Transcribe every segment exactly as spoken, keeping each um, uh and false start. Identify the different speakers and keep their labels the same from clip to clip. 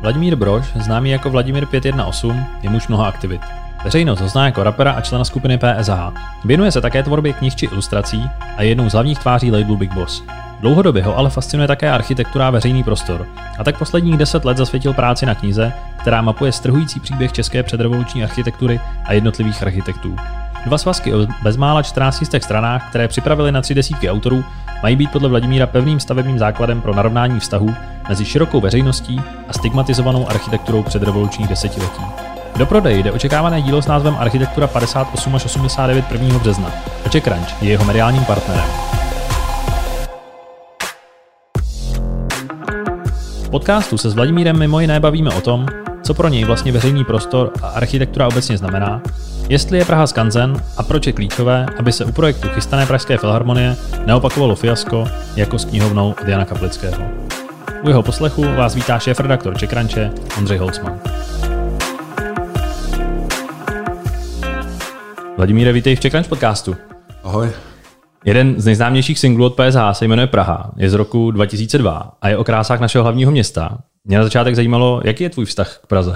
Speaker 1: Vladimír Brož, známý jako Vladimír pět jedna osm, je muž mnoha aktivit. Veřejnost ho zná jako rapera a člena skupiny P S H. Věnuje se také tvorbě knih či ilustrací a je jednou z hlavních tváří labelu Big Boss. Dlouhodobě ho ale fascinuje také architektura a veřejný prostor. A tak posledních deset let zasvětil práci na knize, která mapuje strhující příběh české předrevoluční architektury a jednotlivých architektů. Dva svazky o bezmála čtrnácti stech stranách, které připravili na tři desítky autorů, mají být podle Vladimíra pevným stavebním základem pro narovnání vztahů mezi širokou veřejností a stigmatizovanou architekturou předrevolučních desetiletí. Do prodeje jde očekávané dílo s názvem Architektura padesát osm až osmdesát devět prvního března. Oček Crunch je jeho mediálním partnerem. V podcastu se s Vladimírem mimo jiné bavíme o tom, co pro něj vlastně veřejný prostor a architektura obecně znamená, jestli je Praha skanzen a proč je klíčové, aby se u projektu chystané Pražské filharmonie neopakovalo fiasko jako s knihovnou od Jana Kaplického. U jeho poslechu vás vítá šéfredaktor Czech Crunche Ondřej Holcman. Vladimíre, vítej v Czech Crunch podcastu.
Speaker 2: Ahoj.
Speaker 1: Jeden z nejznámějších singlů od P S H se jmenuje Praha, je z roku dva tisíce dva a je o krásách našeho hlavního města. Mě na začátek zajímalo, jaký je tvůj vztah k Praze?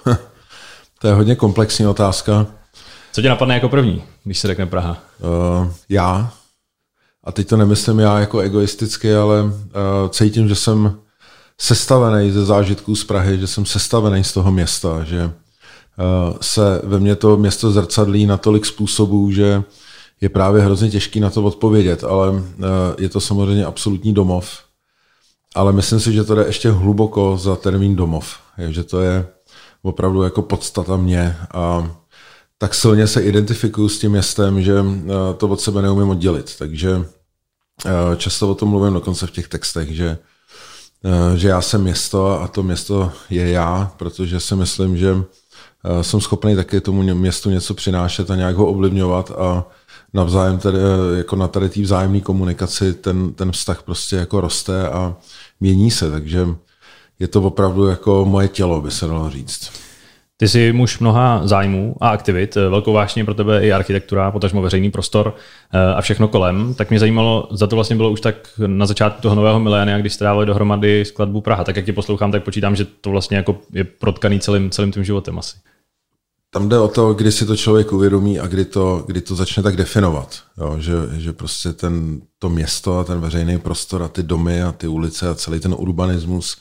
Speaker 2: To je hodně komplexní otázka.
Speaker 1: Co tě napadne jako první, když se řekne Praha?
Speaker 2: Uh, já. A teď to nemyslím já jako egoisticky, ale uh, cítím, že jsem sestavený ze zážitků z Prahy, že jsem sestavený z toho města, že uh, se ve mně to město zrcadlí na tolik způsobů, že je právě hrozně těžký na to odpovědět, ale uh, je to samozřejmě absolutní domov. Ale myslím si, že to jde ještě hluboko za termín domov. Je, že to je opravdu jako podstata mě a tak silně se identifikuju s tím městem, že to od sebe neumím oddělit. Takže často o tom mluvím dokonce v těch textech, že, že já jsem město a to město je já, protože si myslím, že jsem schopný taky tomu městu něco přinášet a nějak ho ovlivňovat a navzájem tedy, jako na tady té vzájemné komunikaci ten, ten vztah prostě jako roste a mění se, takže je to opravdu jako moje tělo, by se dalo říct.
Speaker 1: Ty jsi muž mnoha zájmů a aktivit, velkou vášní pro tebe i architektura, potažmo veřejný prostor a všechno kolem. Tak mě zajímalo, za to vlastně bylo už tak na začátku toho nového milénia, když jste dávali dohromady skladbu Praha. Tak jak tě poslouchám, tak počítám, že to vlastně jako je protkaný celým, celým tím životem asi.
Speaker 2: Tam jde o to, kdy si to člověk uvědomí a kdy to, kdy to začne tak definovat. Jo, že, že prostě ten, to město a ten veřejný prostor a ty domy a ty ulice a celý ten urbanismus,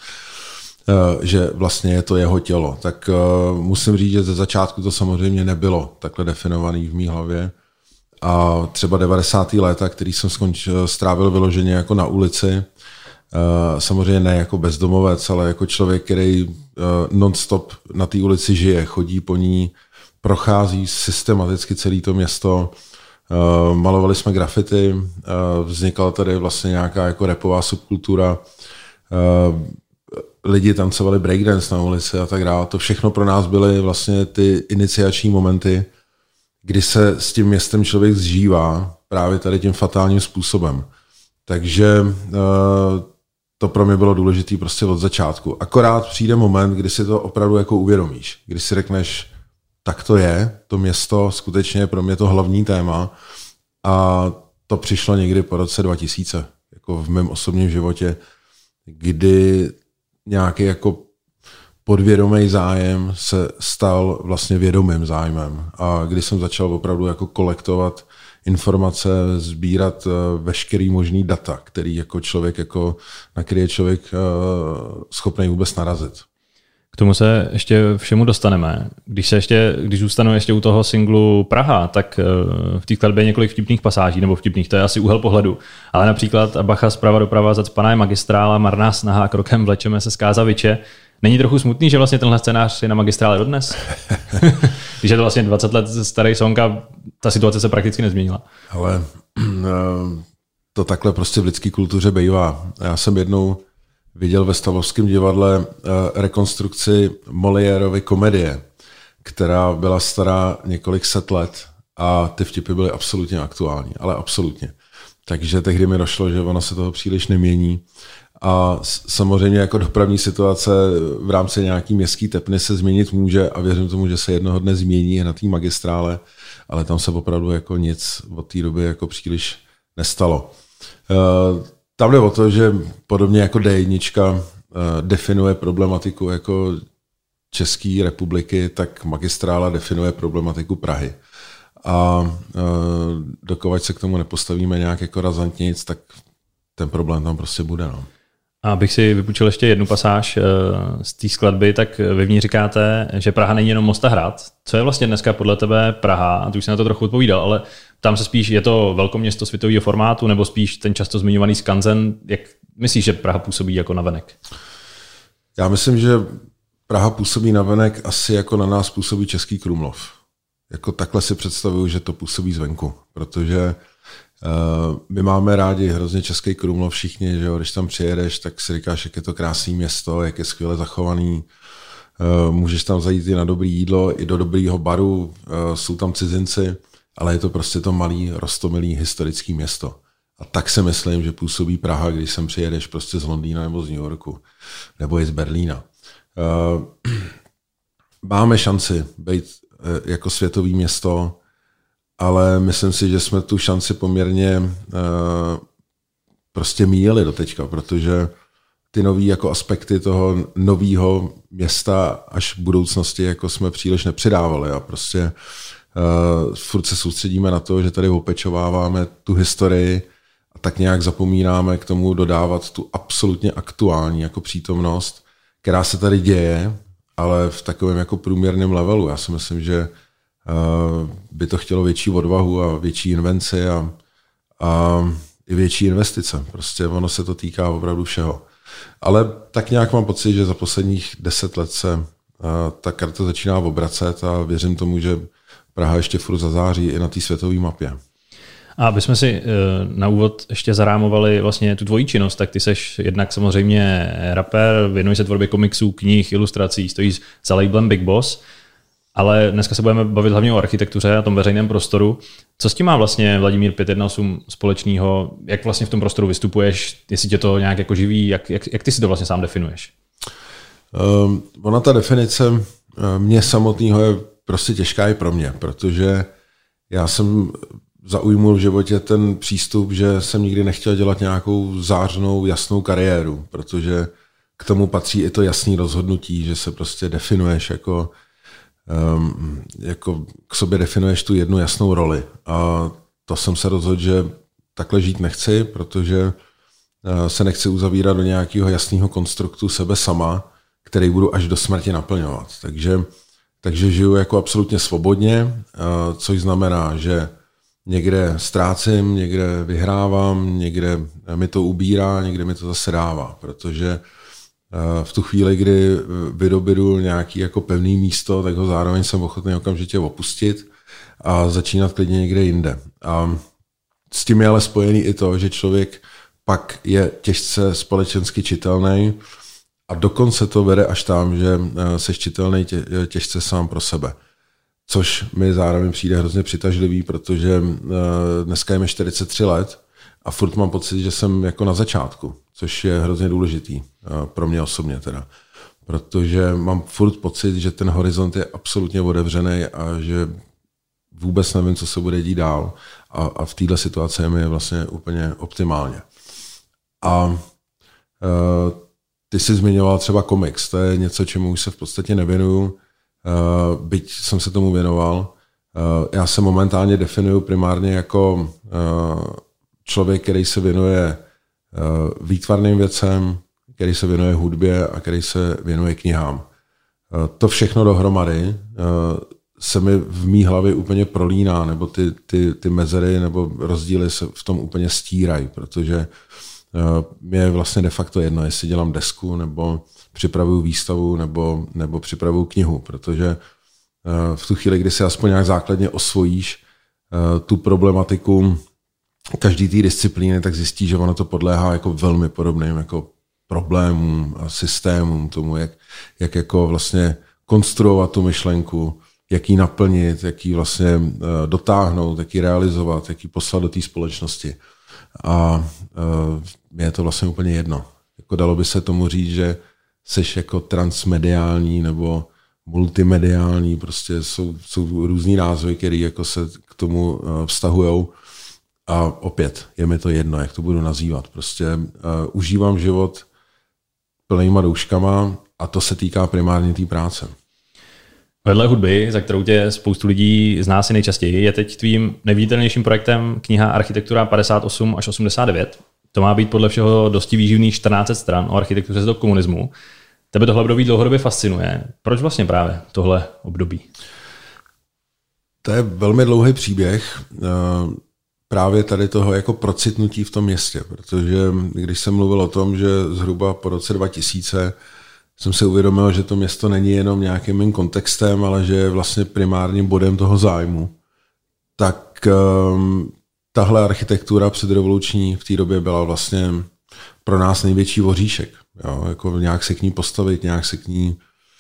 Speaker 2: že vlastně je to jeho tělo. Tak musím říct, že ze začátku to samozřejmě nebylo takhle definovaný v mý hlavě. A třeba devadesátá léta, který jsem skončil, strávil vyloženě jako na ulici, samozřejmě ne jako bezdomovec, ale jako člověk, který non-stop na té ulici žije, chodí po ní, prochází systematicky celé to město. Malovali jsme grafity, vznikala tady vlastně nějaká jako rapová subkultura, lidi tancovali breakdance na ulici a tak dále. To všechno pro nás byly vlastně ty iniciační momenty, kdy se s tím městem člověk zžívá právě tady tím fatálním způsobem. Takže to pro mě bylo důležité prostě od začátku. Akorát přijde moment, kdy si to opravdu jako uvědomíš. Kdy si řekneš, tak to je, to město skutečně je pro mě to hlavní téma a to přišlo někdy po roce dva tisíce, jako v mém osobním životě, kdy nějaký jako podvědomý zájem se stal vlastně vědomým zájmem a kdy jsem začal opravdu jako kolektovat informace, sbírat veškerý možný data, který jako člověk, jako, na který je člověk schopný vůbec narazit.
Speaker 1: K tomu se ještě všemu dostaneme. Když se ještě, když zůstanu ještě u toho singlu Praha, tak v té skladbě je několik vtipných pasáží, nebo vtipných, to je asi úhel pohledu. Ale například a bacha zprava doprava zacpaná je magistrála, marná snaha, krokem vlečeme se z Kázaviče. Není trochu smutný, že vlastně tenhle scénář je na magistrále dodnes? Když je to vlastně dvacet let starý song a ta situace se prakticky nezměnila.
Speaker 2: Ale to takhle prostě v lidské kultuře bývá. Já jsem jednou viděl ve Stavovském divadle rekonstrukci Moliérovy komedie, která byla stará několik set let a ty vtipy byly absolutně aktuální, ale absolutně. Takže tehdy mi došlo, že ono se toho příliš nemění. A samozřejmě jako dopravní situace v rámci nějaký městský tepny se změnit může a věřím tomu, že se jednoho dne změní na té magistrále, ale tam se opravdu jako nic od té doby jako příliš nestalo. Tam jde o to, že podobně jako D jedna definuje problematiku jako České republiky, tak magistrála definuje problematiku Prahy. A dokud se k tomu nepostavíme nějak jako razantnic, tak ten problém tam prostě bude. No.
Speaker 1: A abych si vypůjčil ještě jednu pasáž z té skladby, tak vy v ní říkáte, že Praha není jenom Most a hrad. Co je vlastně dneska podle tebe Praha? A tu už jsem na to trochu odpovídal, ale tam se spíš, je to velkoměsto světového formátu, nebo spíš ten často zmiňovaný skanzen? Jak myslíš, že Praha působí jako navenek?
Speaker 2: Já myslím, že Praha působí navenek asi jako na nás působí Český Krumlov. Jako takhle si představuju, že to působí zvenku, protože uh, my máme rádi hrozně Český Krumlov všichni, že jo? Když tam přijedeš, tak si říkáš, jak je to krásné město, jak je skvěle zachovaný, uh, můžeš tam zajít i na dobré jídlo, i do dobrýho baru, uh, jsou tam cizinci, ale je to prostě to malý, roztomilý historický město. A tak si myslím, že působí Praha, když sem přijedeš prostě z Londýna nebo z New Yorku, nebo i z Berlína. Uh, máme šanci být uh, jako světový město, ale myslím si, že jsme tu šanci poměrně uh, prostě míjeli do teďka, protože ty nový jako aspekty toho nového města až v budoucnosti jako jsme příliš nepřidávali a prostě uh, furt se soustředíme na to, že tady opečováváme tu historii a tak nějak zapomínáme k tomu dodávat tu absolutně aktuální jako přítomnost, která se tady děje, ale v takovém jako průměrném levelu. Já si myslím, že uh, by to chtělo větší odvahu a větší invenci a, a i větší investice. Prostě ono se to týká opravdu všeho. Ale tak nějak mám pocit, že za posledních deset let se uh, ta karta začíná obracet a věřím tomu, že Praha ještě furt zazáří i na té světové mapě.
Speaker 1: A aby jsme si na úvod ještě zarámovali vlastně tu tvojí činnost, tak ty seš jednak samozřejmě rapper, věnuješ se tvorbě komiksů, knih, ilustrací, stojíš za labelem Big Boss, ale dneska se budeme bavit hlavně o architektuře a tom veřejném prostoru. Co s tím má vlastně Vladimír pět jedna osm společného? Jak vlastně v tom prostoru vystupuješ? Jestli tě to nějak jako živí? Jak, jak, jak ty si to vlastně sám definuješ?
Speaker 2: Um, ona ta definice mě samotného je prostě těžká i pro mě, protože já jsem zaujmul v životě ten přístup, že jsem nikdy nechtěl dělat nějakou zářnou, jasnou kariéru, protože k tomu patří i to jasné rozhodnutí, že se prostě definuješ jako, um, jako k sobě definuješ tu jednu jasnou roli. A to jsem se rozhodl, že takhle žít nechci, protože uh, se nechci uzavírat do nějakého jasného konstruktu sebe sama, který budu až do smrti naplňovat. Takže, takže žiju jako absolutně svobodně, uh, což znamená, že někde ztrácím, někde vyhrávám, někde mi to ubírá, někde mi to zase dává, protože v tu chvíli, kdy vydobydu nějaký jako pevný místo, tak ho zároveň jsem ochotný okamžitě opustit a začínat klidně někde jinde. A s tím je ale spojený i to, že člověk pak je těžce společensky čitelný a dokonce to vede až tam, že seš čitelný tě, těžce sám pro sebe. Což mi zároveň přijde hrozně přitažlivý, protože dneska je mi čtyřicet tři let a furt mám pocit, že jsem jako na začátku, což je hrozně důležitý pro mě osobně teda. Protože mám furt pocit, že ten horizont je absolutně otevřený a že vůbec nevím, co se bude dít dál a, a v této situaci je mi vlastně úplně optimálně. A uh, ty jsi zmiňoval třeba komiks, to je něco, čemu už se v podstatě nevěnuju, Uh, byť jsem se tomu věnoval. Uh, já se momentálně definuju primárně jako uh, člověk, který se věnuje uh, výtvarným věcem, který se věnuje hudbě a který se věnuje knihám. Uh, to všechno dohromady uh, se mi v mý hlavě úplně prolíná, nebo ty, ty, ty mezery nebo rozdíly se v tom úplně stírají, protože uh, mě je vlastně de facto jedno, jestli dělám desku nebo připravuju výstavu nebo, nebo připravuju knihu, protože v tu chvíli, kdy si aspoň nějak základně osvojíš tu problematiku každý té disciplíny, tak zjistíš, že ono to podléhá jako velmi podobným jako problémům a systémům tomu, jak, jak jako vlastně konstruovat tu myšlenku, jak ji naplnit, jak ji vlastně dotáhnout, jak ji realizovat, jak ji poslat do té společnosti. A mě je to vlastně úplně jedno. Jako dalo by se tomu říct, že seš jako transmediální nebo multimediální, prostě jsou, jsou různý názvy, které jako se k tomu vztahujou. A opět, je mi to jedno, jak to budu nazývat. Prostě uh, užívám život plnýma douškama a to se týká primárně té práce.
Speaker 1: Vedle hudby, za kterou tě spoustu lidí zná si nejčastěji, je teď tvým nejviditelnějším projektem kniha Architektura padesát osm až osmdesát devět. To má být podle všeho dosti výživných čtrnáct set stran o architektuře do komunismu. Tebe tohle období dlouhodobě fascinuje. Proč vlastně právě tohle období?
Speaker 2: To je velmi dlouhý příběh právě tady toho jako procitnutí v tom městě, protože když jsem mluvil o tom, že zhruba po roce dva tisíce jsem si uvědomil, že to město není jenom nějakým mým kontextem, ale že je vlastně primárním bodem toho zájmu, tak um, tahle architektura předrevoluční v té době byla vlastně pro nás největší voříšek. Jo? Jako nějak se k ní postavit, nějak se k ní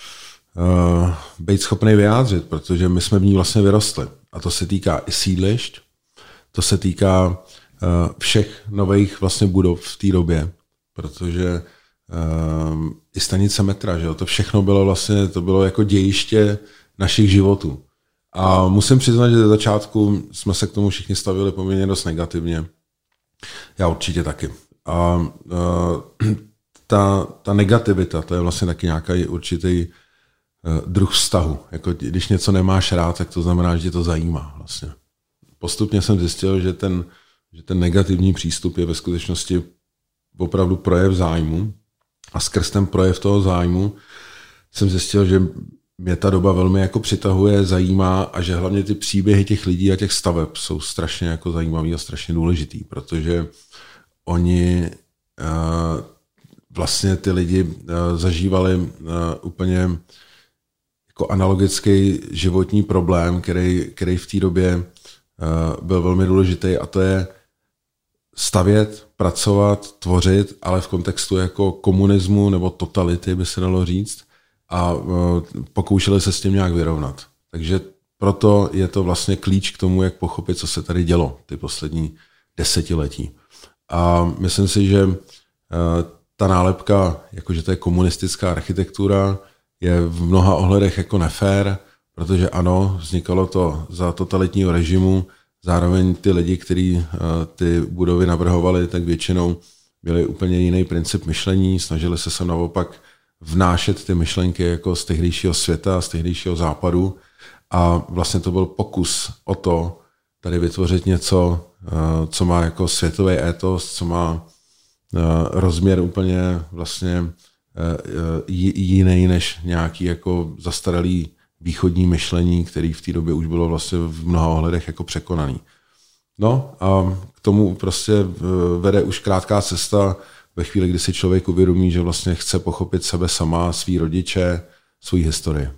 Speaker 2: uh, být schopný vyjádřit, protože my jsme v ní vlastně vyrostli. A to se týká i sídlišť, to se týká uh, všech nových vlastně budov v té době, protože uh, i stanice metra, že jo? To všechno bylo vlastně, to bylo jako dějiště našich životů. A musím přiznat, že ze začátku jsme se k tomu všichni stavili poměrně dost negativně. Já určitě taky. A uh, ta, ta negativita, to je vlastně taky nějaký určitý uh, druh vztahu. Jako, když něco nemáš rád, tak to znamená, že tě to zajímá. Vlastně. Postupně jsem zjistil, že ten, že ten negativní přístup je ve skutečnosti opravdu projev zájmu. A skrz ten projev toho zájmu jsem zjistil, že mě ta doba velmi jako přitahuje, zajímá a že hlavně ty příběhy těch lidí a těch staveb jsou strašně jako zajímavý a strašně důležitý, protože oni uh, vlastně ty lidi uh, zažívali uh, úplně jako analogický životní problém, který, který v té době uh, byl velmi důležitý, a to je stavět, pracovat, tvořit, ale v kontextu jako komunismu nebo totality, by se dalo říct, a pokoušeli se s tím nějak vyrovnat. Takže proto je to vlastně klíč k tomu, jak pochopit, co se tady dělo ty poslední desetiletí. A myslím si, že ta nálepka, jakože to je komunistická architektura, je v mnoha ohledech jako nefér, protože ano, vznikalo to za totalitního režimu, zároveň ty lidi, kteří ty budovy navrhovali, tak většinou měli úplně jiný princip myšlení, snažili se se naopak vnášet ty myšlenky jako z tehdejšího světa, z tehdejšího západu, a vlastně to byl pokus o to tady vytvořit něco, co má jako světový étos, co má rozměr úplně vlastně jiný než nějaký jako zastaralý východní myšlení, který v té době už bylo vlastně v mnoha ohledech jako překonaný. No a k tomu prostě vede už krátká cesta ve chvíli, kdy si člověk uvědomí, že vlastně chce pochopit sebe sama, svý rodiče, svou historii.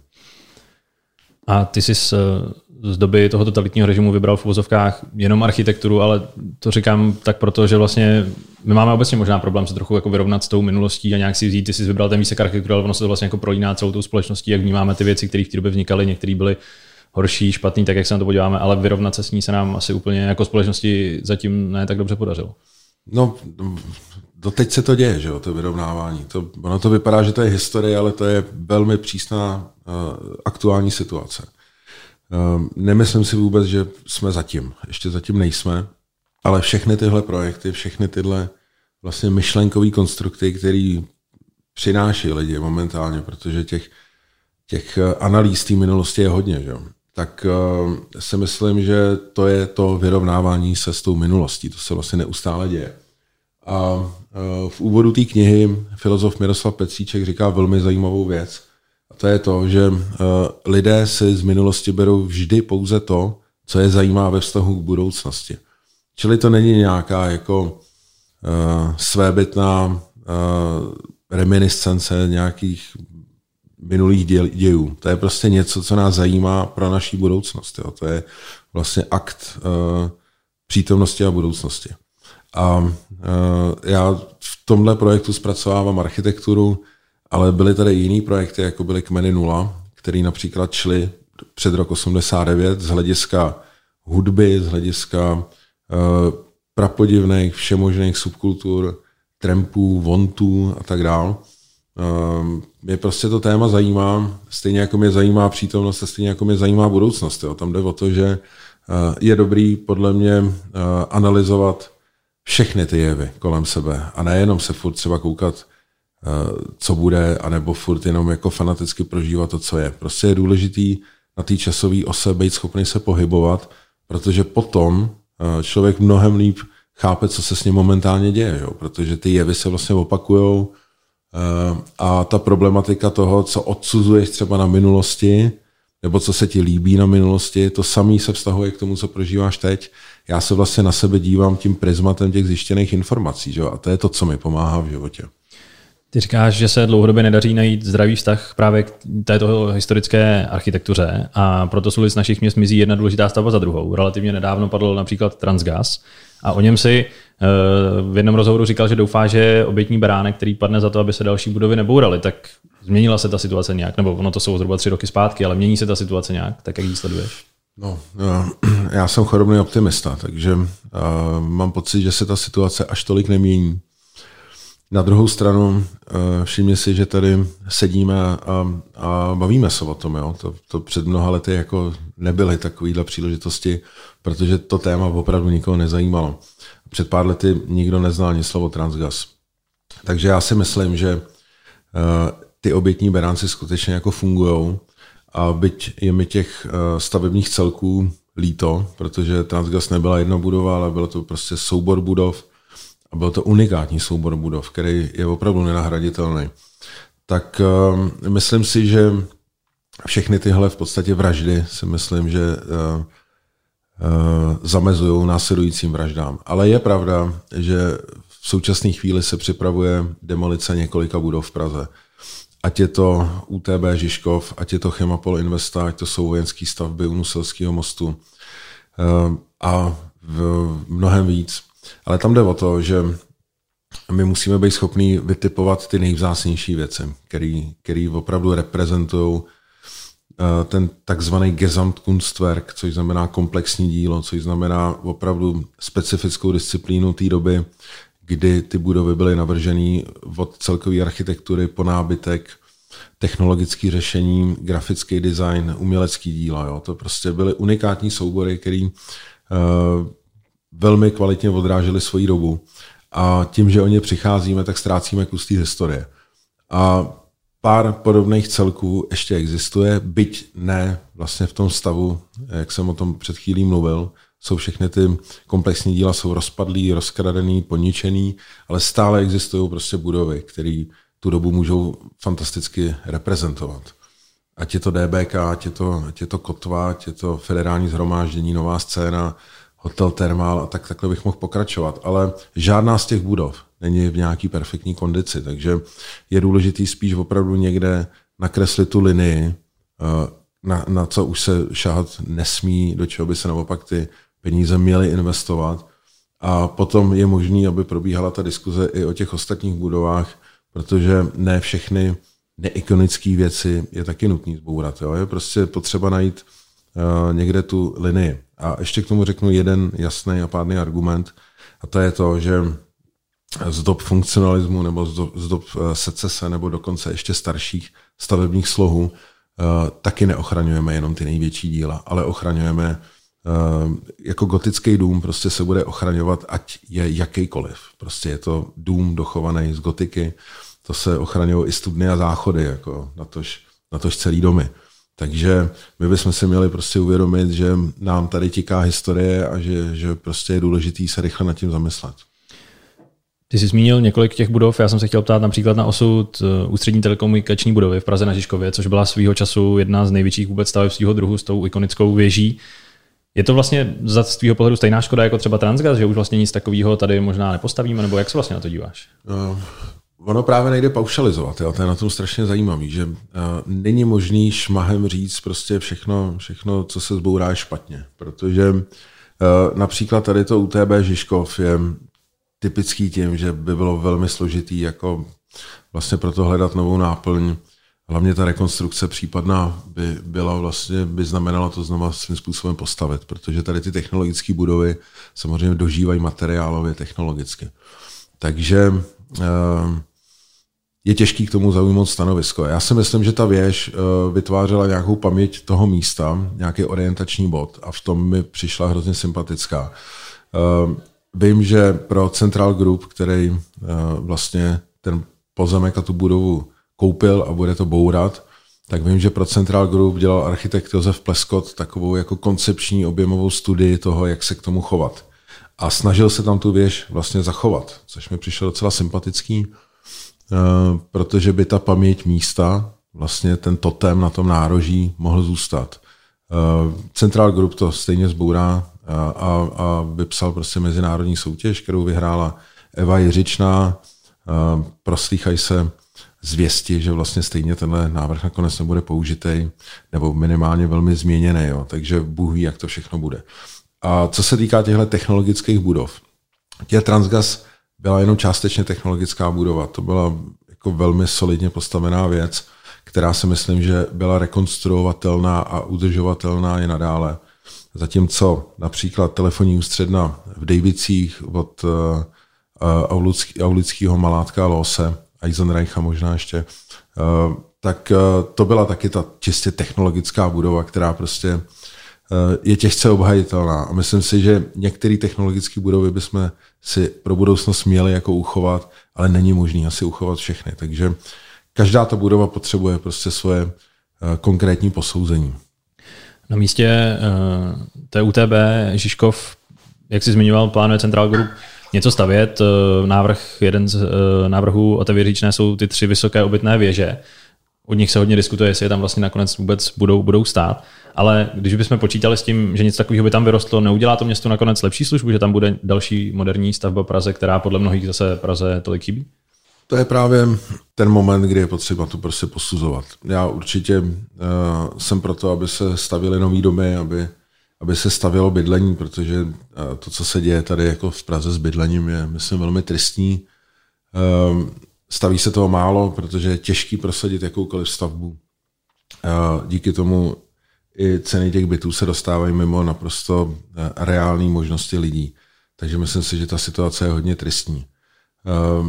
Speaker 1: A ty jsi z, z doby toho totalitního režimu vybral v uvozovkách jenom architekturu, ale to říkám tak proto, že vlastně my máme obecně možná problém se trochu jako vyrovnat s tou minulostí a nějak si vzít, ty jsi vybral ten výsek architektury, ale ono se to vlastně jako prolíná celou tou společností, jak vnímáme ty věci, které v té době vznikaly, některé byly horší, špatný, tak jak se na to podíváme, ale vyrovnat se s ní se nám asi úplně jako společnosti zatím ne tak dobře podařilo.
Speaker 2: No, doteď se to děje, že jo, to vyrovnávání. To, ono to vypadá, že to je historie, ale to je velmi přísná uh, aktuální situace. Uh, nemyslím si vůbec, že jsme zatím. Ještě zatím nejsme, ale všechny tyhle projekty, všechny tyhle vlastně myšlenkové konstrukty, které přináší lidi momentálně, protože těch, těch analýz té minulosti je hodně, že jo, tak uh, si myslím, že to je to vyrovnávání se s tou minulostí. To se vlastně neustále děje. A uh, v úvodu té knihy filozof Miroslav Petříček říká velmi zajímavou věc. A to je to, že uh, lidé si z minulosti berou vždy pouze to, co je zajímá ve vztahu k budoucnosti. Čili to není nějaká jako uh, svébytná uh, reminiscence nějakých minulých dějů. To je prostě něco, co nás zajímá pro naši budoucnost. Jo. To je vlastně akt uh, přítomnosti a budoucnosti. A uh, já v tomhle projektu zpracovávám architekturu, ale byly tady i jiný projekty, jako byly Kmeny nula, které například šly před rok osmdesát devět z hlediska hudby, z hlediska uh, prapodivných všemožných subkultur, trampů, vontů a tak dále. Uh, mě prostě to téma zajímá, stejně jako mě zajímá přítomnost a stejně jako mě zajímá budoucnost. Jo. Tam jde o to, že uh, je dobrý podle mě uh, analyzovat všechny ty jevy kolem sebe a nejenom se furt třeba koukat co bude, anebo furt jenom jako fanaticky prožívat to, co je. Prostě je důležitý na té časové ose být schopný se pohybovat, protože potom člověk mnohem líp chápe, co se s ním momentálně děje, jo? Protože ty jevy se vlastně opakujou a ta problematika toho, co odsuzuješ třeba na minulosti, nebo co se ti líbí na minulosti, to samý se vztahuje k tomu, co prožíváš teď. Já se vlastně na sebe dívám tím prismatem těch zjištěných informací, že? A to je to, co mi pomáhá v životě.
Speaker 1: Ty říkáš, že se dlouhodobě nedaří najít zdravý vztah právě k této historické architektuře a proto z ulic našich měst mizí jedna důležitá stavba za druhou. Relativně nedávno padl například Transgas a o něm si v jednom rozhovoru říkal, že doufá, že obětní beránek, který padne za to, aby se další budovy nebouraly, tak změnila se ta situace nějak, nebo ono to jsou zhruba tři roky zpátky, ale mění se ta situace nějak, tak jak ji sleduješ?
Speaker 2: No, já jsem chorobný optimista, takže uh, mám pocit, že se ta situace až tolik nemění. Na druhou stranu uh, všimni si, že tady sedíme a, a bavíme se o tom. Jo? To, to před mnoha lety jako nebyly takovýhle příležitosti, protože to téma opravdu nikoho nezajímalo. Před pár lety nikdo neznal ani slovo Transgas. Takže já si myslím, že uh, ty obětní beránci skutečně jako fungujou. A byť je mi těch stavebních celků líto, protože Transgas nebyla jedna budova, ale byl to prostě soubor budov a byl to unikátní soubor budov, který je opravdu nenahraditelný. Tak uh, myslím si, že všechny tyhle v podstatě vraždy si myslím, že uh, uh, zamezují následujícím vraždám. Ale je pravda, že v současné chvíli se připravuje demolice několika budov v Praze. Ať je to U T B Žižkov, ať je to Chemapol Investa, ať to jsou vojenské stavby u Nuselského mostu a v mnohem víc. Ale tam jde o to, že my musíme být schopní vytipovat ty nejvzácnější věci, které opravdu reprezentují ten takzvaný Gesamtkunstwerk, což znamená komplexní dílo, což znamená opravdu specifickou disciplínu té doby, kdy ty budovy byly navržený od celkové architektury po nábytek, technologické řešení, grafický design, umělecký díla. Jo. To prostě byly unikátní soubory, které uh, velmi kvalitně odrážely svoji dobu. A tím, že o ně přicházíme, tak ztrácíme kus té historie. A pár podobných celků ještě existuje, byť ne vlastně v tom stavu, jak jsem o tom před chvílí mluvil. Jsou všechny ty komplexní díla, jsou rozpadlý, rozkradený, poničený, ale stále existují prostě budovy, které tu dobu můžou fantasticky reprezentovat. Ať je to D B K, ať je to, ať je to Kotva, ať je to Federální shromáždění, Nová scéna, Hotel Thermal a tak takhle bych mohl pokračovat. Ale žádná z těch budov není v nějaký perfektní kondici, takže je důležitý spíš opravdu někde nakreslit tu linii, na, na co už se šahat nesmí, do čeho by se naopak ty peníze měly investovat. A potom je možný, aby probíhala ta diskuze i o těch ostatních budovách, protože ne všechny neikonické věci je taky nutný zbourat. Jo? Je prostě potřeba najít uh, někde tu linii. A ještě k tomu řeknu jeden jasný a pádný argument, a to je to, že z dob funkcionalismu nebo z dob, z dob secese nebo dokonce ještě starších stavebních slohů uh, taky neochraňujeme jenom ty největší díla, ale ochraňujeme uh, jako gotický dům prostě se bude ochraňovat, ať je jakýkoliv. Prostě je to dům dochovaný z gotiky, to se ochraňují i studny a záchody, jako natož, natož celý domy. Takže my bychom si měli prostě uvědomit, že nám tady tiká historie a že, že prostě je důležitý se rychle nad tím zamyslet.
Speaker 1: Ty jsi zmínil několik těch budov, já jsem se chtěl ptát například na osud ústřední telekomunikační budovy v Praze na Žižkově, což byla svýho času jedna z největších vůbec staveb svýho druhu s tou ikonickou věží. Je to vlastně z tvýho pohledu stejná škoda jako třeba Transgas, že už vlastně nic takového tady možná nepostavíme, nebo jak se vlastně na to díváš?
Speaker 2: No, ono právě nejde paušalizovat, jo? To je na tom strašně zajímavý, že uh, není možný šmahem říct prostě všechno, všechno, co se zbourá, je špatně, protože uh, například tady to U T B Žižkov je typický tím, že by bylo velmi složitý jako vlastně proto hledat novou náplň. Hlavně ta rekonstrukce případná by byla vlastně, by znamenala to znova svým způsobem postavit, protože tady ty technologické budovy samozřejmě dožívají materiálově technologicky. Takže je těžký k tomu zaujmout stanovisko. Já si myslím, že ta věž vytvářela nějakou paměť toho místa, nějaký orientační bod a v tom mi přišla hrozně sympatická. Vím, že pro Central Group, který vlastně ten pozemek a tu budovu koupil a bude to bourat, tak vím, že pro Central Group dělal architekt Josef Pleskot takovou jako koncepční objemovou studii toho, jak se k tomu chovat. A snažil se tam tu věž vlastně zachovat, což mi přišlo docela sympatický, protože by ta paměť místa, vlastně ten totem na tom nároží mohl zůstat. Central Group to stejně zbourá a, a, a vypsal prostě mezinárodní soutěž, kterou vyhrála Eva Jiřičná. Proslýchají se zvěsti, že vlastně stejně tenhle návrh nakonec nebude použitý, nebo minimálně velmi změněný, jo. Takže Bůh ví, jak to všechno bude. A co se týká těchto technologických budov, tě Transgas byla jenom částečně technologická budova. To byla jako velmi solidně postavená věc, která si myslím, že byla rekonstruovatelná a udržovatelná i nadále. Zatímco například telefonní ústředna v Dejvicích od Aulického Malátka a Lose, Eisenreicha možná ještě, tak to byla taky ta čistě technologická budova, která prostě je těžce obhajitelná. A myslím si, že některé technologické budovy bychom si pro budoucnost měli jako uchovat, ale není možné asi uchovat všechny. Takže každá ta budova potřebuje prostě svoje konkrétní posouzení.
Speaker 1: Na místě té U T B Žižkov, jak jsi zmiňoval, plánuje Central Group něco stavět. Návrh, jeden z návrhů Otavy Říčné jsou ty tři vysoké obytné věže. Od nich se hodně diskutuje, jestli je tam vlastně nakonec vůbec budou, budou stát. Ale když bychom počítali s tím, že něco takového by tam vyrostlo, neudělá to město nakonec lepší službu, že tam bude další moderní stavba Praze, která podle mnohých zase Praze tolik chybí?
Speaker 2: To je právě ten moment, kdy je potřeba to prostě posuzovat. Já určitě uh, jsem proto, aby se stavěly nový domy, aby, aby se stavělo bydlení, protože uh, to, co se děje tady jako v Praze s bydlením, je, myslím, velmi tristní. Uh, staví se toho málo, protože je těžký prosadit jakoukoliv stavbu. Uh, díky tomu i ceny těch bytů se dostávají mimo naprosto uh, reální možnosti lidí. Takže myslím si, že ta situace je hodně tristní. Uh,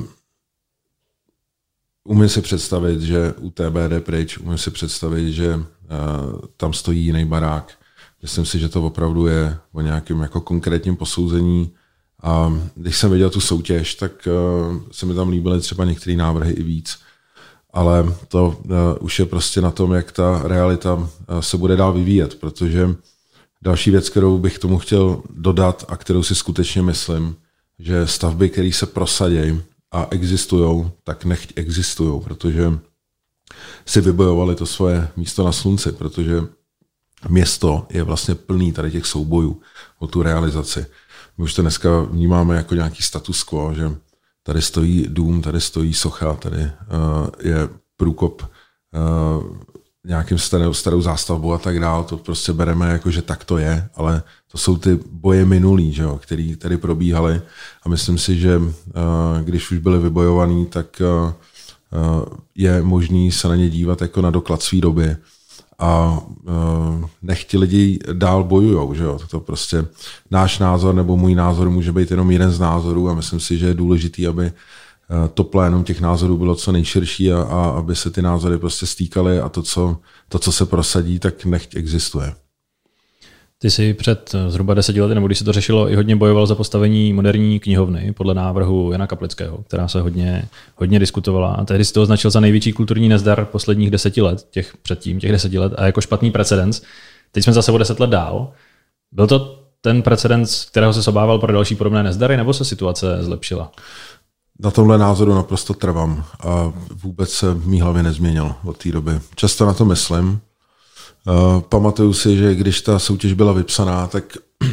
Speaker 2: Umím si představit, že U T B jde pryč, umím si představit, že uh, tam stojí jiný barák. Myslím si, že to opravdu je o nějakém jako konkrétním posouzení. A když jsem viděl tu soutěž, tak uh, se mi tam líbily třeba některé návrhy i víc. Ale to uh, už je prostě na tom, jak ta realita uh, se bude dál vyvíjet, protože další věc, kterou bych tomu chtěl dodat a kterou si skutečně myslím, že stavby, které se prosadějí a existujou, tak nechť existujou, protože si vybojovali to svoje místo na slunci, protože město je vlastně plný tady těch soubojů o tu realizaci. My už to dneska vnímáme jako nějaký status quo, že tady stojí dům, tady stojí socha, tady uh, je průkop uh, nějakým starou, starou zástavbou a tak dál. To prostě bereme jako, že tak to je, ale to jsou ty boje minulý, že jo, který tady probíhaly a myslím si, že uh, když už byly vybojovaný, tak uh, uh, je možný se na ně dívat jako na doklad své doby a uh, nech ti lidi dál bojujou, že jo. To prostě náš názor nebo můj názor může být jenom jeden z názorů a myslím si, že je důležitý, aby to plénum těch názorů bylo co nejširší a, a aby se ty názory prostě stýkaly a to co, to, co se prosadí, tak nechť existuje.
Speaker 1: Ty jsi před zhruba deseti lety, nebo když se to řešilo, i hodně bojoval za postavení moderní knihovny podle návrhu Jana Kaplického, která se hodně, hodně diskutovala. A tehdy si to označil za největší kulturní nezdar posledních deseti let, těch předtím, těch deseti let, a jako špatný precedens. Teď jsme zase o deset let dál. Byl to ten precedens, kterého se obával pro další podobné nezdary, nebo se situace zlepšila?
Speaker 2: Na tomhle názoru naprosto trvám a vůbec se v mý hlavě nezměnil od té doby. Často na to myslím. Uh, pamatuju si, že když ta soutěž byla vypsaná, tak uh,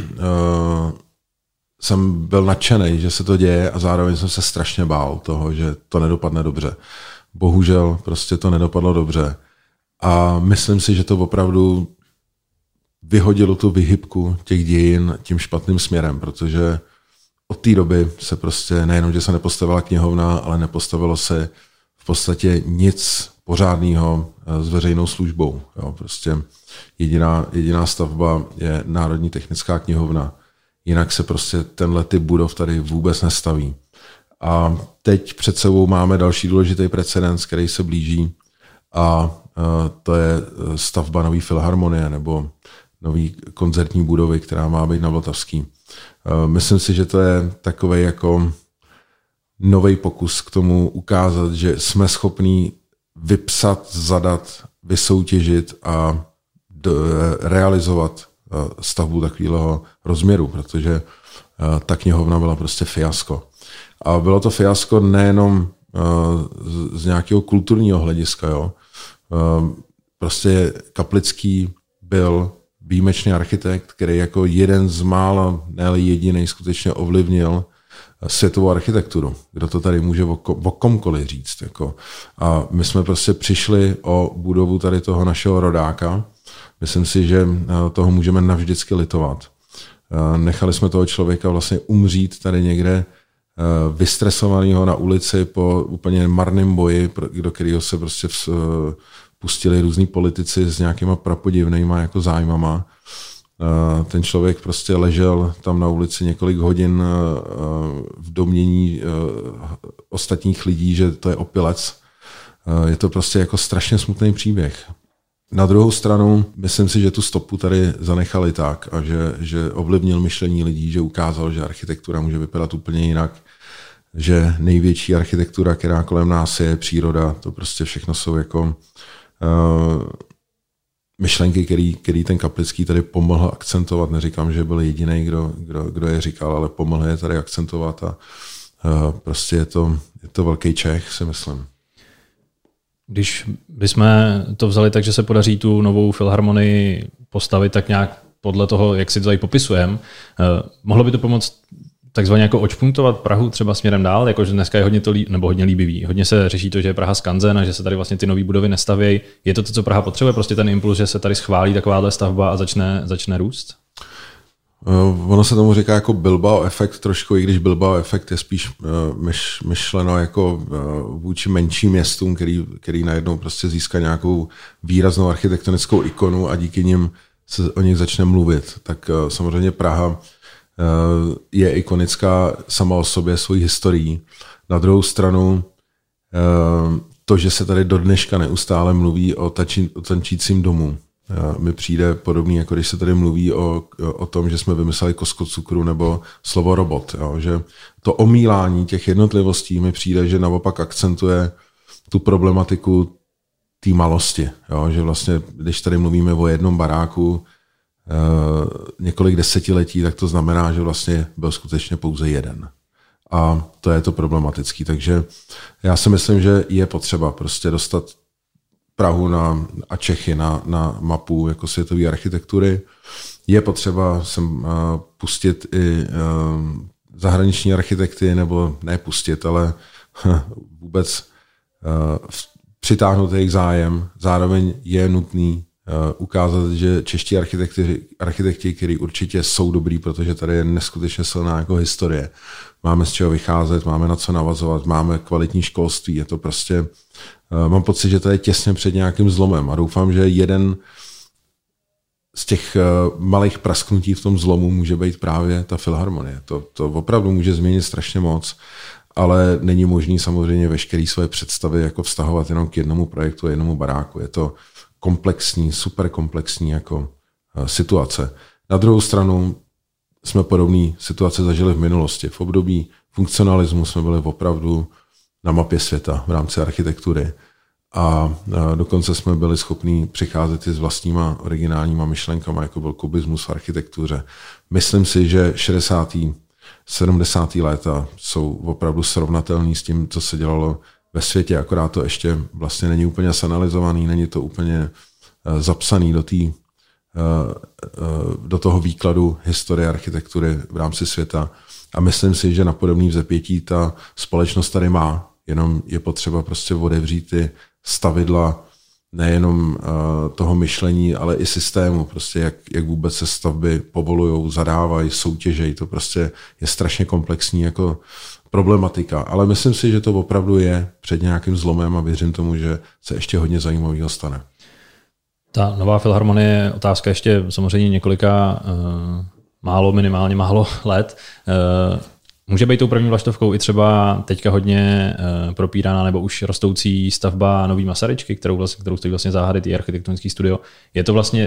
Speaker 2: jsem byl nadšený, že se to děje a zároveň jsem se strašně bál toho, že to nedopadne dobře. Bohužel prostě to nedopadlo dobře. A myslím si, že to opravdu vyhodilo tu vyhybku těch dějin tím špatným směrem, protože od té doby se prostě nejenom, že se nepostavila knihovna, ale nepostavilo se v podstatě nic pořádného s veřejnou službou. Jo, prostě jediná, jediná stavba je Národní technická knihovna. Jinak se prostě tenhle typ budov tady vůbec nestaví. A teď před sebou máme další důležitý precedens, který se blíží a to je stavba nový filharmonie nebo nový koncertní budovy, která má být na Vltavský. Myslím si, že to je takový jako nový pokus k tomu ukázat, že jsme schopní vypsat, zadat, vysoutěžit a d- realizovat stavbu takového rozměru, protože ta knihovna byla prostě fiasko. A bylo to fiasko nejenom z nějakého kulturního hlediska. Jo. Prostě Kaplický byl výjimečný architekt, který jako jeden z mála, ne jedinej, skutečně ovlivnil světovou architekturu. Kdo to tady může o, o komkoliv říct. Jako. A my jsme prostě přišli o budovu tady toho našeho rodáka. Myslím si, že toho můžeme navždycky litovat. Nechali jsme toho člověka vlastně umřít tady někde vystresovaného na ulici po úplně marném boji, do kterého se prostě pustili různí politici s nějakýma prapodivnýma jako zájmama. Ten člověk prostě ležel tam na ulici několik hodin v domnění ostatních lidí, že to je opilec. Je to prostě jako strašně smutný příběh. Na druhou stranu, myslím si, že tu stopu tady zanechali tak a že, že ovlivnil myšlení lidí, že ukázal, že architektura může vypadat úplně jinak, že největší architektura, která kolem nás je, příroda, to prostě všechno jsou jako uh, myšlenky, který, který ten Kaplický tady pomohl akcentovat. Neříkám, že byl jediný, kdo, kdo, kdo je říkal, ale pomohl je tady akcentovat a uh, prostě je to, je to velký Čech, si myslím.
Speaker 1: Když bychom to vzali tak, že se podaří tu novou filharmonii postavit tak nějak podle toho, jak si to tady popisujeme, mohlo by to pomoct takzvaně jako očpuntovat Prahu třeba směrem dál, jakože dneska je hodně to líb, nebo hodně líbivý. Hodně se řeší to, že je Praha skanzen a že se tady vlastně ty nové budovy nestavějí. Je to to, co Praha potřebuje, prostě ten impuls, že se tady schválí takováhle stavba a začne, začne růst?
Speaker 2: Ono se tomu říká jako Bilbao efekt trošku, i když Bilbao efekt je spíš myš, myšleno jako vůči menším městům, který, který najednou prostě získá nějakou výraznou architektonickou ikonu a díky nim se o nich začne mluvit. Tak samozřejmě Praha je ikonická sama o sobě svojí historií. Na druhou stranu to, že se tady do dneška neustále mluví o, tači, o tančícím domu, mi přijde podobný, jako když se tady mluví o, o tom, že jsme vymysleli kostku cukru nebo slovo robot. Jo? Že to omílání těch jednotlivostí mi přijde, že naopak akcentuje tu problematiku té malosti. Jo? Že vlastně, když tady mluvíme o jednom baráku e, několik desetiletí, tak to znamená, že vlastně byl skutečně pouze jeden. A to je to problematický. Takže já si myslím, že je potřeba prostě dostat Prahu na, a Čechy na, na mapu jako světové architektury. Je potřeba sem uh, pustit i uh, zahraniční architekty, nebo ne pustit, ale uh, vůbec uh, přitáhnout jejich zájem. Zároveň je nutný uh, ukázat, že čeští architekti, architekti, kteří určitě jsou dobrý, protože tady je neskutečně silná jako historie. Máme z čeho vycházet, máme na co navazovat, máme kvalitní školství, je to prostě mám pocit, že to je těsně před nějakým zlomem a doufám, že jeden z těch malých prasknutí v tom zlomu může být právě ta filharmonie. To, to opravdu může změnit strašně moc, ale není možný samozřejmě veškeré své představy jako vztahovat jenom k jednomu projektu a jednomu baráku. Je to komplexní, super komplexní jako situace. Na druhou stranu jsme podobné situace zažili v minulosti. V období funkcionalismu jsme byli opravdu na mapě světa v rámci architektury. A dokonce jsme byli schopní přicházet i s vlastníma originálníma myšlenkama, jako byl kubismus v architektuře. Myslím si, že šedesátá sedmdesátá léta jsou opravdu srovnatelný s tím, co se dělalo ve světě, akorát to ještě vlastně není úplně zanalyzovaný, není to úplně zapsaný do, tý, do toho výkladu historie architektury v rámci světa. A myslím si, že na podobný vzepětí ta společnost tady má, jenom je potřeba prostě otevřít ty stavidla nejenom uh, toho myšlení, ale i systému, prostě jak, jak vůbec se stavby povolujou, zadávají, soutěžejí, to prostě je strašně komplexní jako problematika, ale myslím si, že to opravdu je před nějakým zlomem a věřím tomu, že se ještě hodně zajímavého stane.
Speaker 1: Ta nová filharmonie je otázka ještě samozřejmě několika uh, málo, minimálně málo let. Uh, Může být tou první vlaštovkou i třeba teďka hodně uh, propíraná nebo už rostoucí stavba Nový Masaryčky, kterou, vlastně, kterou stojí vlastně záhady i architektonický studio. Je to vlastně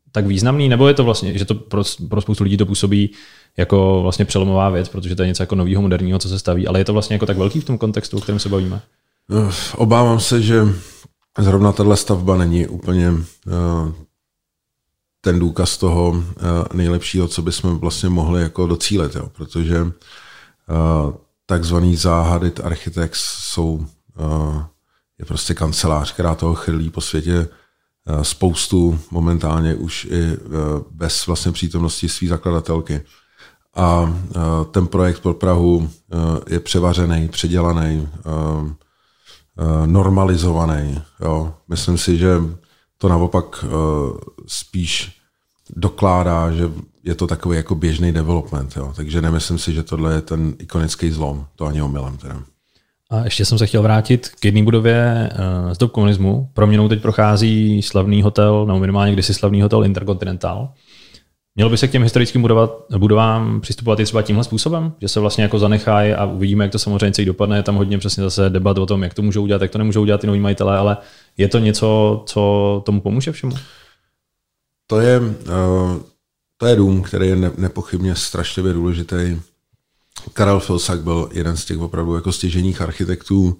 Speaker 1: tak významný, nebo je to vlastně, že to pro, pro spoustu lidí to působí jako vlastně přelomová věc, protože to je něco jako nového, moderního, co se staví, ale je to vlastně jako tak velký v tom kontextu, o kterém se bavíme?
Speaker 2: Obávám se, že zrovna tahle stavba není úplně uh, ten důkaz toho uh, nejlepšího, co bychom vlastně mohli jako docílit, jo? Protože uh, takzvaný záhadit architects jsou uh, je prostě kancelář, která toho chrlí po světě uh, spoustu momentálně už i uh, bez vlastně přítomnosti své zakladatelky. A uh, ten projekt pro Prahu uh, je převařený, předělaný, uh, normalizovaný. Jo. Myslím si, že to naopak uh, spíš dokládá, že je to takový jako běžný development. Jo. Takže nemyslím si, že tohle je ten ikonický zlom. To ani omylem. Teda.
Speaker 1: A ještě jsem se chtěl vrátit k jedné budově uh, z dob komunismu. Proměnou teď prochází slavný hotel, nebo minimálně kdysi slavný hotel Intercontinental. Mělo by se k těm historickým budovat, budovám přistupovat i třeba tímhle způsobem, že se vlastně jako zanechají a uvidíme, jak to samozřejmě celý dopadne. Je tam hodně přesně zase debat o tom, jak to můžou udělat, jak to nemůžou udělat ty noví majitelé, ale je to něco, co tomu pomůže všemu?
Speaker 2: To je, to je dům, který je nepochybně strašlivě důležitý. Karel Filsak byl jeden z těch opravdu jako stěžejních architektů.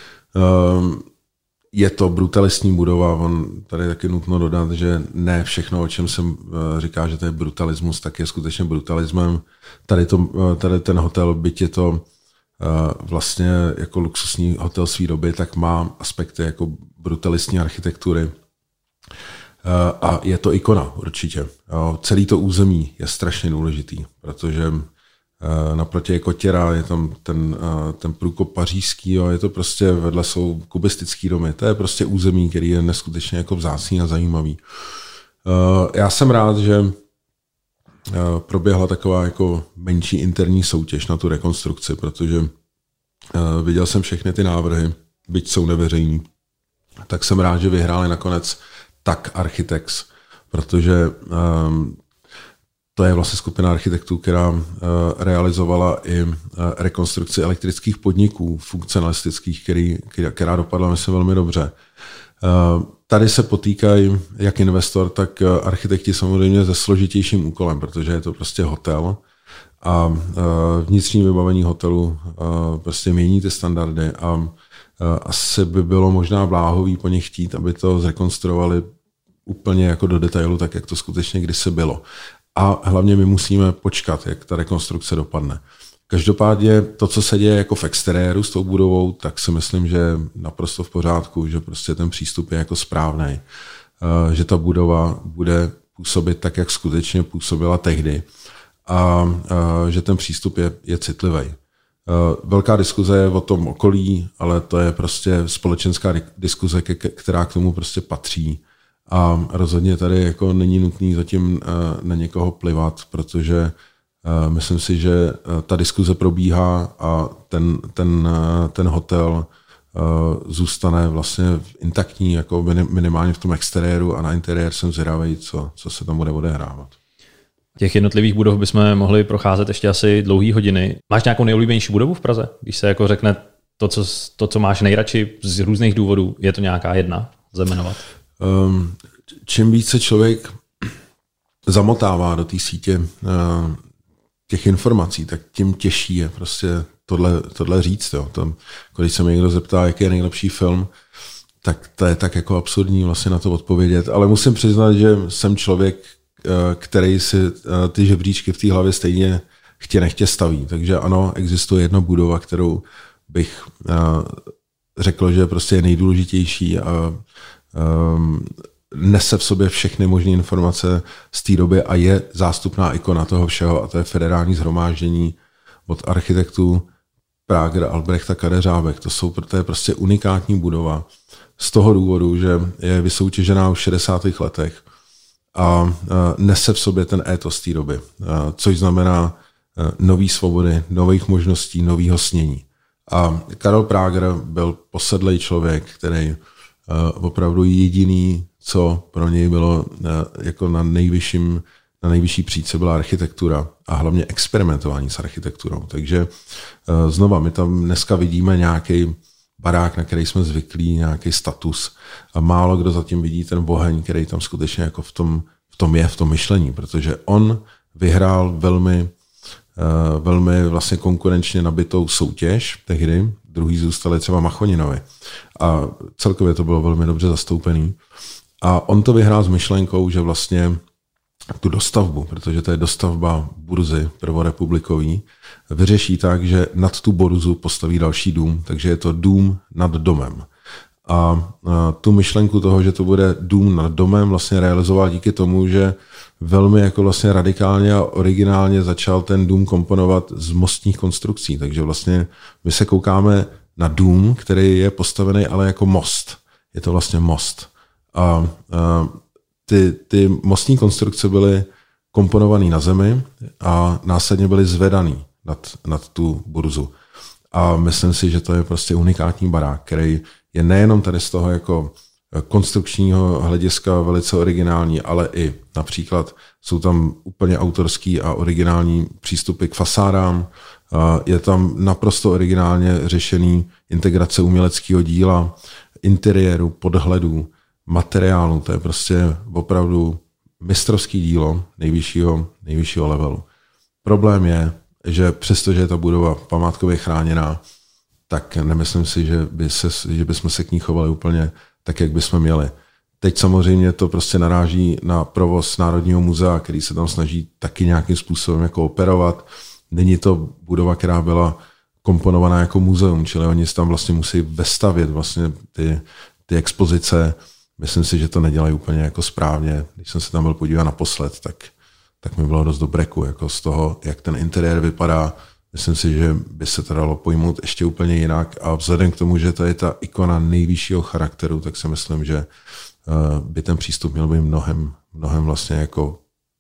Speaker 2: Je to brutalistní budova, on tady taky nutno dodat, že ne všechno, o čem jsem říká, že to je brutalismus, tak je skutečně brutalismem. Tady, to, tady ten hotel, byť je to vlastně jako luxusní hotel své doby, tak má aspekty jako brutalistní architektury. A je to ikona určitě. Celý to území je strašně důležitý, protože naproti je Kotěra, je tam ten, ten průkop pařížský, jo, je to prostě, vedle jsou kubistický domy, to je prostě území, který je neskutečně jako vzácný a zajímavý. Já jsem rád, že proběhla taková jako menší interní soutěž na tu rekonstrukci, protože viděl jsem všechny ty návrhy, byť jsou neveřejný, tak jsem rád, že vyhráli nakonec tak Architects, protože to je vlastně skupina architektů, která realizovala i rekonstrukci elektrických podniků funkcionalistických, který, která dopadla, myslím, velmi dobře. Tady se potýkají jak investor, tak architekti samozřejmě se složitějším úkolem, protože je to prostě hotel a vnitřní vybavení hotelu prostě mění ty standardy a asi by bylo možná bláhový po nich chtít, aby to zrekonstruovali úplně jako do detailu, tak jak to skutečně kdysi bylo. A hlavně my musíme počkat, jak ta rekonstrukce dopadne. Každopádně to, co se děje jako v exteriéru s tou budovou, tak si myslím, že je naprosto v pořádku, že prostě ten přístup je jako správný, že ta budova bude působit tak, jak skutečně působila tehdy a že ten přístup je, je citlivý. Velká diskuze je o tom okolí, ale to je prostě společenská diskuze, která k tomu prostě patří. A rozhodně tady jako není nutný zatím na někoho plivat, protože myslím si, že ta diskuze probíhá a ten, ten, ten hotel zůstane vlastně intaktní, jako minimálně v tom exteriéru a na interiér jsem zvědavý, co, co se tam bude odehrávat.
Speaker 1: Těch jednotlivých budov bychom mohli procházet ještě asi dlouhý hodiny. Máš nějakou nejoblíbenější budovu v Praze? Když se jako řekne to, co, to, co máš nejradši z různých důvodů, je to nějaká jedna? Lze jmenovat?
Speaker 2: Um, čím více člověk zamotává do té sítě uh, těch informací, tak tím těžší je prostě tohle, tohle říct. Jo. Tam, když se mě někdo zeptá, jaký je nejlepší film, tak to je tak jako absurdní vlastně na to odpovědět. Ale musím přiznat, že jsem člověk, který si ty žebříčky v té hlavě stejně chtě nechtě staví. Takže ano, existuje jedna budova, kterou bych řekl, že prostě je nejdůležitější a nese v sobě všechny možné informace z té doby a je zástupná ikona toho všeho a to je Federální shromáždění od architektů Prager, Albrechta, Kadeřábek. To, jsou, to je prostě unikátní budova z toho důvodu, že je vysoutěžená už v šedesátých letech a nese v sobě ten étos té doby, což znamená nový svobody, nových možností, nového snění. A Karel Prager byl posedlej člověk, který opravdu jediný, co pro něj bylo jako na nejvyšším, na nejvyšší příčce byla architektura a hlavně experimentování s architekturou. Takže znova, my tam dneska vidíme nějaký barák, na který jsme zvyklí, nějaký status a málo kdo zatím vidí ten oheň, který tam skutečně jako v tom, v tom je, v tom myšlení, protože on vyhrál velmi, velmi vlastně konkurenčně nabitou soutěž tehdy, druhý zůstali třeba Machoninovi a celkově to bylo velmi dobře zastoupený. A on to vyhrál s myšlenkou, že vlastně tu dostavbu, protože to je dostavba burzy prvorepublikový, vyřeší tak, že nad tu burzu postaví další dům, takže je to dům nad domem. A tu myšlenku toho, že to bude dům nad domem, vlastně realizoval díky tomu, že velmi jako vlastně radikálně a originálně začal ten dům komponovat z mostních konstrukcí. Takže vlastně my se koukáme na dům, který je postavený ale jako most. Je to vlastně most. A, a ty, ty mostní konstrukce byly komponované na zemi a následně byly zvedaný nad, nad tu burzu. A myslím si, že to je prostě unikátní barák, který je nejenom tady z toho jako konstrukčního hlediska velice originální, ale i například jsou tam úplně autorský a originální přístupy k fasádám. Je tam naprosto originálně řešený integrace uměleckého díla, interiéru, podhledů, materiálu. To je prostě opravdu mistrovský dílo nejvyššího, nejvyššího levelu. Problém je, že přestože je ta budova památkově chráněná, tak nemyslím si, že, by se, že bychom se k ní chovali úplně tak, jak bychom měli. Teď samozřejmě to prostě naráží na provoz Národního muzea, který se tam snaží taky nějakým způsobem jako operovat. Není to budova, která byla komponovaná jako muzeum, čili oni tam vlastně musí vestavět vlastně ty, ty expozice. Myslím si, že to nedělají úplně jako správně. Když jsem se tam byl podívat naposled, tak, tak mi bylo dost do breku jako z toho, jak ten interiér vypadá. Myslím si, že by se to dalo pojmout ještě úplně jinak a vzhledem k tomu, že to je ta ikona nejvyššího charakteru, tak si myslím, že by ten přístup měl být mnohem, mnohem vlastně jako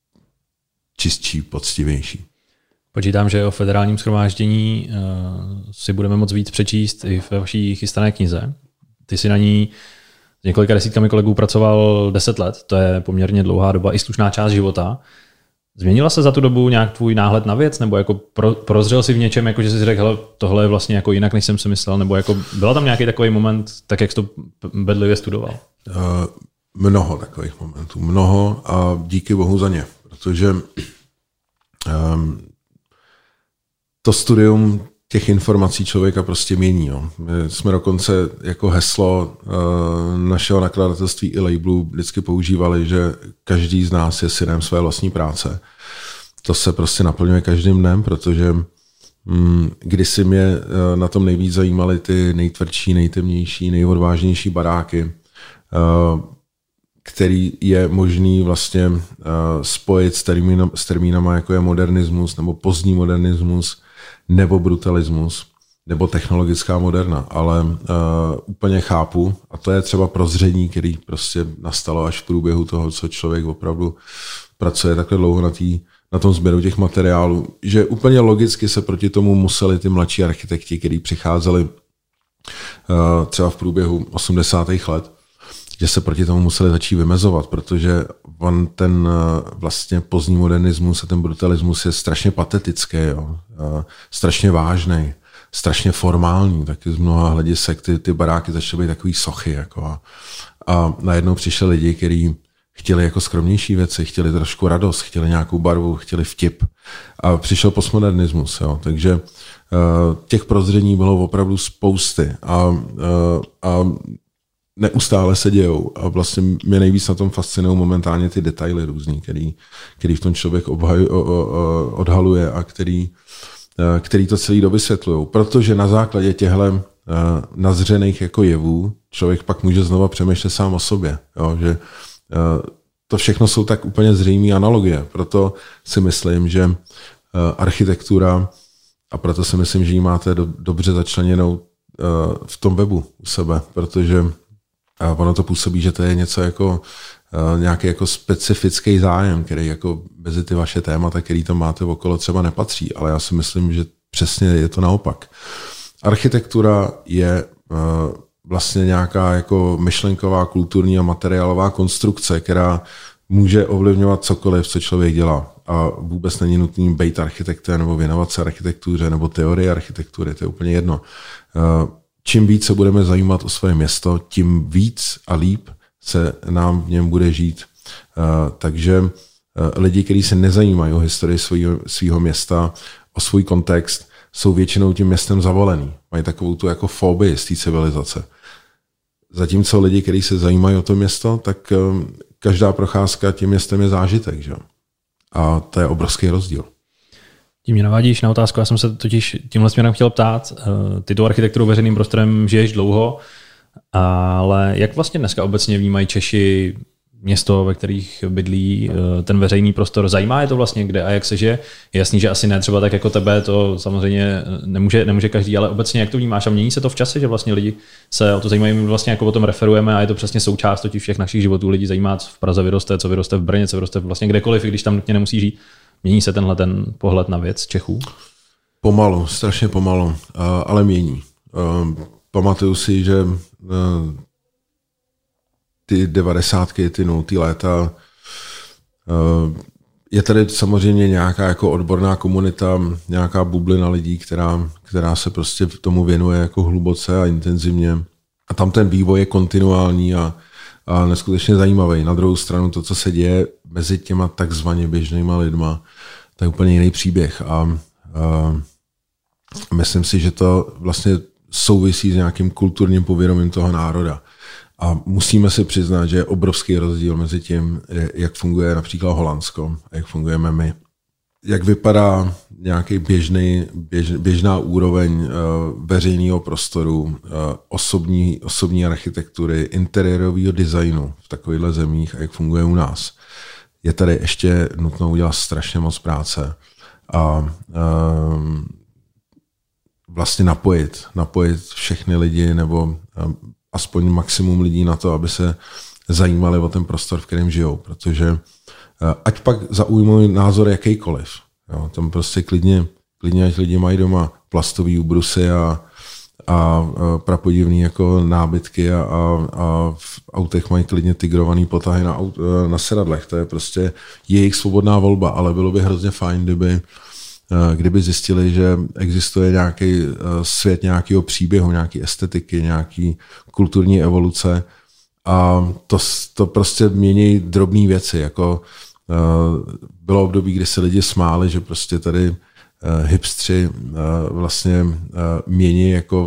Speaker 2: čistší, poctivější.
Speaker 1: Počítám, že o federálním shromáždění si budeme moc víc přečíst i ve vaší chystané knize. Ty si na ní s několika desítkami kolegů pracoval deset let, to je poměrně dlouhá doba i slušná část života. Změnila se za tu dobu nějak tvůj náhled na věc, nebo jako pro, prozřel si v něčem, jako že jsi řekl, hele, tohle je vlastně jako jinak, než jsem si myslel, nebo jako byla tam nějaký takový moment, tak jak jsi to bedlivě studoval?
Speaker 2: Uh, mnoho takových momentů, mnoho a díky bohu za ně, protože um, to studium těch informací člověka prostě mění. Jo. My jsme dokonce jako heslo uh, našeho nakladatelství i labelu vždycky používali, že každý z nás je synem své vlastní práce. To se prostě naplňuje každým dnem, protože um, kdysi mě uh, na tom nejvíc zajímaly ty nejtvrdší, nejtemnější, nejodvážnější baráky, uh, který je možný vlastně uh, spojit s, termínom, s termínama, jako je modernismus nebo pozdní modernismus, nebo brutalismus, nebo technologická moderna, ale uh, úplně chápu, a to je třeba prozření, který prostě nastalo až v průběhu toho, co člověk opravdu pracuje takhle dlouho na, tý, na tom sběru těch materiálů, že úplně logicky se proti tomu museli ty mladší architekti, kteří přicházeli uh, třeba v průběhu osmdesátých let, že se proti tomu museli začít vymezovat, protože on ten vlastně pozdní modernismus a ten brutalismus je strašně patetický, jo? Strašně vážný, strašně formální, taky z mnoha hledisek ty, ty baráky začaly být takový sochy. Jako a, a najednou přišli lidi, kteří chtěli jako skromnější věci, chtěli trošku radost, chtěli nějakou barvu, chtěli vtip. A přišel postmodernismus, jo? Takže těch prozření bylo opravdu spousty. A, a neustále se dějou a vlastně mě nejvíc na tom fascinují momentálně ty detaily různý, který, který v tom člověk obhaj, o, o, odhaluje a který, který to celý dovysvětlují. Protože na základě těchto nazřených jako jevů člověk pak může znova přemýšlet sám o sobě. Jo? Že to všechno jsou tak úplně zřejmé analogie. Proto si myslím, že architektura, a proto si myslím, že ji máte do, dobře začleněnou v tom webu u sebe, protože a ono to působí, že to je něco jako uh, nějaký jako specifický zájem, který jako mezi ty vaše témata, který tam máte okolo, třeba nepatří, ale já si myslím, že přesně je to naopak. Architektura je uh, vlastně nějaká jako myšlenková, kulturní a materiálová konstrukce, která může ovlivňovat cokoliv, co člověk dělá. A vůbec není nutný být architektem nebo věnovat se architektuře nebo teorii architektury, to je úplně jedno. Uh, Čím víc se budeme zajímat o své město, tím víc a líp se nám v něm bude žít. Takže lidi, kteří se nezajímají o historii svého města, o svůj kontext, jsou většinou tím městem zavolený. Mají takovou tu jako fobii z té civilizace. Zatímco lidi, kteří se zajímají o to město, tak každá procházka tím městem je zážitek. Že? A to je obrovský rozdíl.
Speaker 1: Tím mě navádíš na otázku, já jsem se totiž tímhle směrem chtěl ptát. Ty tu architekturu veřejným prostorem žiješ dlouho, ale jak vlastně dneska obecně vnímají Češi město, ve kterých bydlí, ten veřejný prostor? Zajímá je to vlastně kde a jak se žije? Je jasný, že asi ne třeba tak jako tebe, to samozřejmě nemůže, nemůže každý, ale obecně jak to vnímáš a mění se to v čase, že vlastně lidi se o to zajímají, my vlastně jako o tom referujeme a je to přesně součást totiž všech našich životů. Lidi zajímá, co v Praze vyroste, co vyroste v Brně, co vyroste vlastně kdekoliv, i když tam nutně nemusí žít. Mění se tenhle ten pohled na věc Čechů?
Speaker 2: Pomalu, strašně pomalu, ale mění. Pamatuju si, že ty devadesátky, ty nultý léta, je tady samozřejmě nějaká jako odborná komunita, nějaká bublina lidí, která, která se prostě tomu věnuje jako hluboce a intenzivně. A tam ten vývoj je kontinuální a, a neskutečně zajímavý. Na druhou stranu to, co se děje mezi těma takzvaně běžnýma lidma, to je úplně jiný příběh. A, a myslím si, že to vlastně souvisí s nějakým kulturním povědomím toho národa. A musíme si přiznat, že je obrovský rozdíl mezi tím, jak funguje například Holandsko a jak fungujeme my. Jak vypadá nějaký běžný, běž, běžná úroveň uh, veřejného prostoru, uh, osobní, osobní architektury, interiérového designu v takovýchhle zemích a jak funguje u nás. Je tady ještě nutno udělat strašně moc práce a uh, vlastně napojit, napojit všechny lidi nebo uh, aspoň maximum lidí na to, aby se zajímali o ten prostor, v kterém žijou, protože ať pak zaujmou názor jakýkoliv. Jo, tam prostě klidně, klidně, ať lidi mají doma plastový úbrusy a, a prapodivný jako nábytky a, a, a v autech mají klidně tigrovaný potahy na, aut, na sedadlech. To je prostě jejich svobodná volba, ale bylo by hrozně fajn, kdyby kdyby zjistili, že existuje nějaký svět nějakého příběhu, nějaké estetiky, nějaký kulturní evoluce a to, to prostě mění drobné věci. Jako bylo období, kdy se lidi smáli, že prostě tady hipstři vlastně mění jako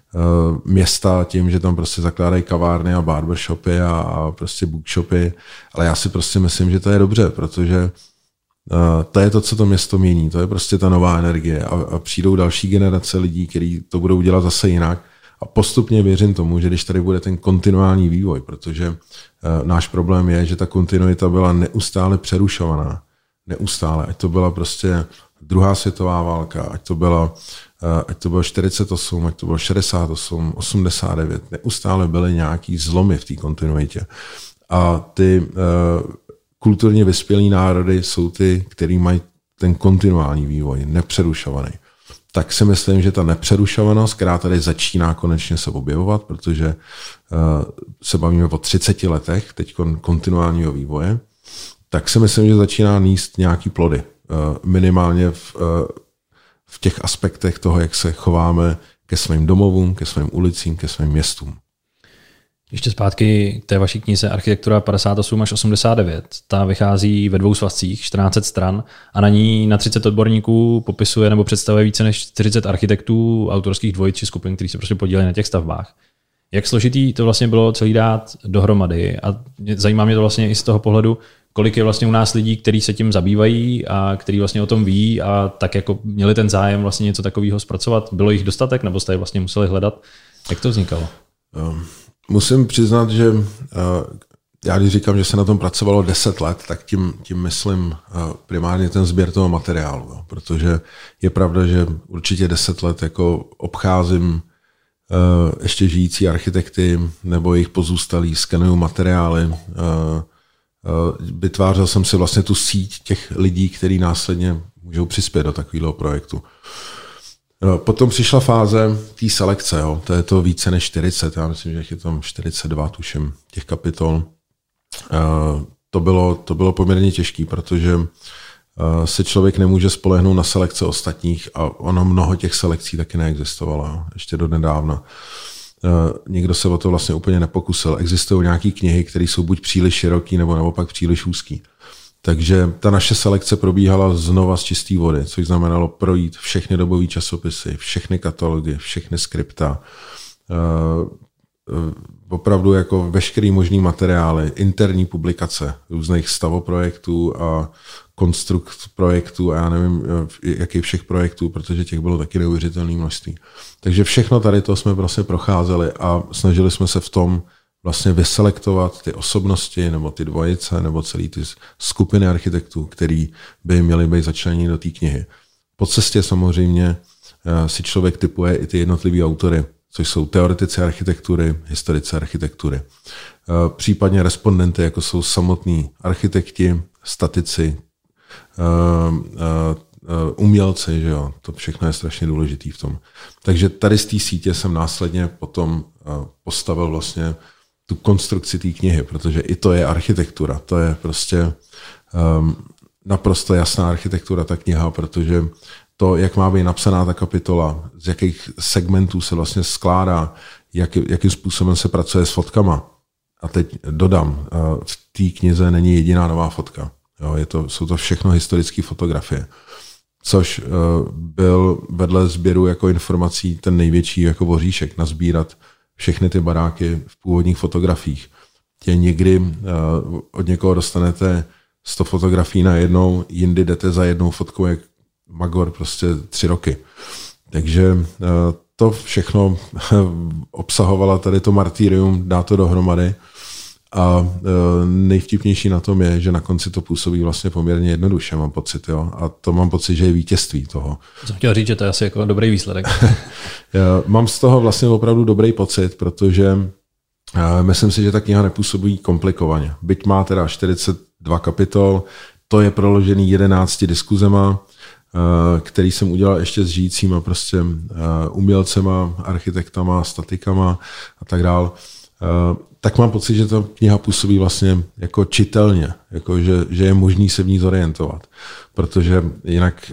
Speaker 2: města tím, že tam prostě zakládají kavárny a barbershopy a, a prostě bookshopy, ale já si prostě myslím, že to je dobře, protože Uh, to je to, co to město mění, to je prostě ta nová energie a, a přijdou další generace lidí, kteří to budou dělat zase jinak a postupně věřím tomu, že když tady bude ten kontinuální vývoj, protože uh, náš problém je, že ta kontinuita byla neustále přerušovaná, neustále, ať to byla prostě druhá světová válka, ať to byla uh, ať to bylo čtyřicet osm, ať to bylo šedesát osm, osmdesát devět, neustále byly nějaký zlomy v té kontinuitě a ty uh, kulturně vyspělý národy jsou ty, který mají ten kontinuální vývoj, nepřerušovaný. Tak si myslím, že ta nepřerušovanost, která tady začíná konečně se objevovat, protože uh, se bavíme o třiceti letech teď kontinuálního vývoje, tak si myslím, že začíná níst nějaký plody. Uh, minimálně v, uh, v těch aspektech toho, jak se chováme ke svým domovům, ke svým ulicím, ke svým městům.
Speaker 1: Ještě zpátky k té vaší knize Architektura padesát osm až osmdesát devět. Ta vychází ve dvou svazcích, čtrnáct set stran a na ní na třicet odborníků popisuje nebo představuje více než čtyřicet architektů, autorských dvojic či skupin, kteří se prostě podíleli na těch stavbách. Jak složitý to vlastně bylo celý dát dohromady a zajímá mě to vlastně i z toho pohledu, kolik je vlastně u nás lidí, kteří se tím zabývají a kteří vlastně o tom ví a tak jako měli ten zájem vlastně něco takového zpracovat. Bylo jich dostatek nebo jste je vlastně museli hledat? Jak to vznikalo?
Speaker 2: Um. Musím přiznat, že já když říkám, že se na tom pracovalo deset let, tak tím, tím myslím primárně ten sběr toho materiálu. Jo. Protože je pravda, že určitě deset let jako obcházím ještě žijící architekty nebo jejich pozůstalí, skenuju materiály. Vytvářel jsem si vlastně tu síť těch lidí, kteří následně můžou přispět do takového projektu. Potom přišla fáze té selekce, jo. To je to více než čtyřicet, já myslím, že je tam čtyřicet dva, tuším, těch kapitol. To bylo, to bylo poměrně těžké, protože se člověk nemůže spolehnout na selekce ostatních a ono mnoho těch selekcí taky neexistovalo, ještě do nedávna. nikdo se o to vlastně úplně nepokusil. Existují nějaké knihy, které jsou buď příliš široký, nebo naopak příliš úzký. Takže ta naše selekce probíhala znova z čisté vody, což znamenalo projít všechny dobové časopisy, všechny katalogy, všechny skripta, opravdu jako veškerý možný materiály, interní publikace různých stavoprojektů a konstrukt projektů a já nevím, jakých všech projektů, protože těch bylo taky neuvěřitelné množství. Takže všechno tady to jsme prostě procházeli a snažili jsme se v tom vlastně vyselektovat ty osobnosti nebo ty dvojice nebo celý ty skupiny architektů, který by měly být začleněni do té knihy. Po cestě samozřejmě si člověk typuje i ty jednotlivý autory, což jsou teoretici architektury, historici architektury. Případně respondenty, jako jsou samotní architekti, statici, umělci, že jo, to všechno je strašně důležitý v tom. Takže tady z té sítě jsem následně potom postavil vlastně tu konstrukci té knihy, protože i to je architektura, to je prostě um, naprosto jasná architektura ta kniha, protože to, jak má být napsaná ta kapitola, z jakých segmentů se vlastně skládá, jak, jakým způsobem se pracuje s fotkama. A teď dodám, v té knize není jediná nová fotka. Jo, je to, jsou to všechno historické fotografie, což byl vedle sběru jako informací ten největší jako voříšek, nazbírat všechny ty baráky v původních fotografiích. Tě někdy od někoho dostanete sto fotografií na jednou, jindy jdete za jednou fotkou jak magor prostě tři roky. Takže to všechno obsahovala tady to martýrium, dá to dohromady a nejvtipnější na tom je, že na konci to působí vlastně poměrně jednoduše, mám pocit, jo? A to mám pocit, že je vítězství toho.
Speaker 1: Jsem chtěl říct, že to je asi jako dobrý výsledek.
Speaker 2: Mám z toho vlastně opravdu dobrý pocit, protože myslím si, že ta kniha nepůsobí komplikovaně. Byť má teda čtyřicet dva kapitol, to je proložený jedenácti diskuzema, který jsem udělal ještě s žijícíma prostě umělcema, architektama, statikama a tak dál. Tak mám pocit, že ta kniha působí vlastně jako čitelně, jako že, že je možný se v ní zorientovat, protože jinak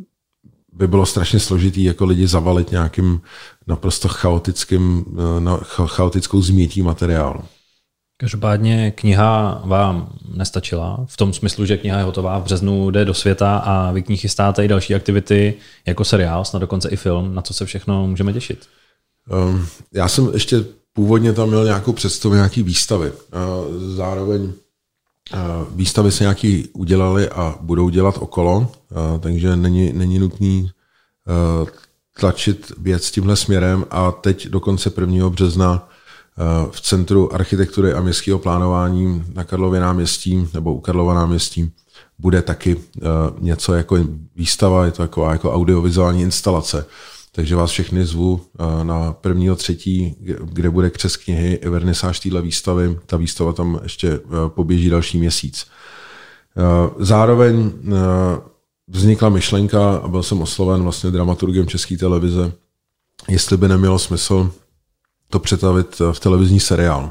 Speaker 2: by bylo strašně složitý jako lidi zavalit nějakým naprosto chaotickým, chaotickou změtí materiálu.
Speaker 1: Každopádně kniha vám nestačila, v tom smyslu, že kniha je hotová, v březnu jde do světa a vy k ní chystáte i další aktivity jako seriál, snad dokonce i film, na co se všechno můžeme těšit.
Speaker 2: Um, já jsem ještě původně tam měl nějakou představu, nějaký výstavy. Zároveň výstavy se nějaký udělali a budou dělat okolo, takže není, není nutný tlačit věc tímhle směrem a teď do konce prvního března v Centru architektury a městského plánování na Karlově náměstí nebo u Karlova náměstí bude taky něco jako výstava, je to jako, jako audiovizuální instalace. Takže vás všechny zvu na prvního třetí, kde bude křest knihy i vernisáž téhle výstavy. Ta výstava tam ještě poběží další měsíc. Zároveň vznikla myšlenka a byl jsem osloven vlastně dramaturgem České televize, jestli by nemělo smysl to přetavit v televizní seriál,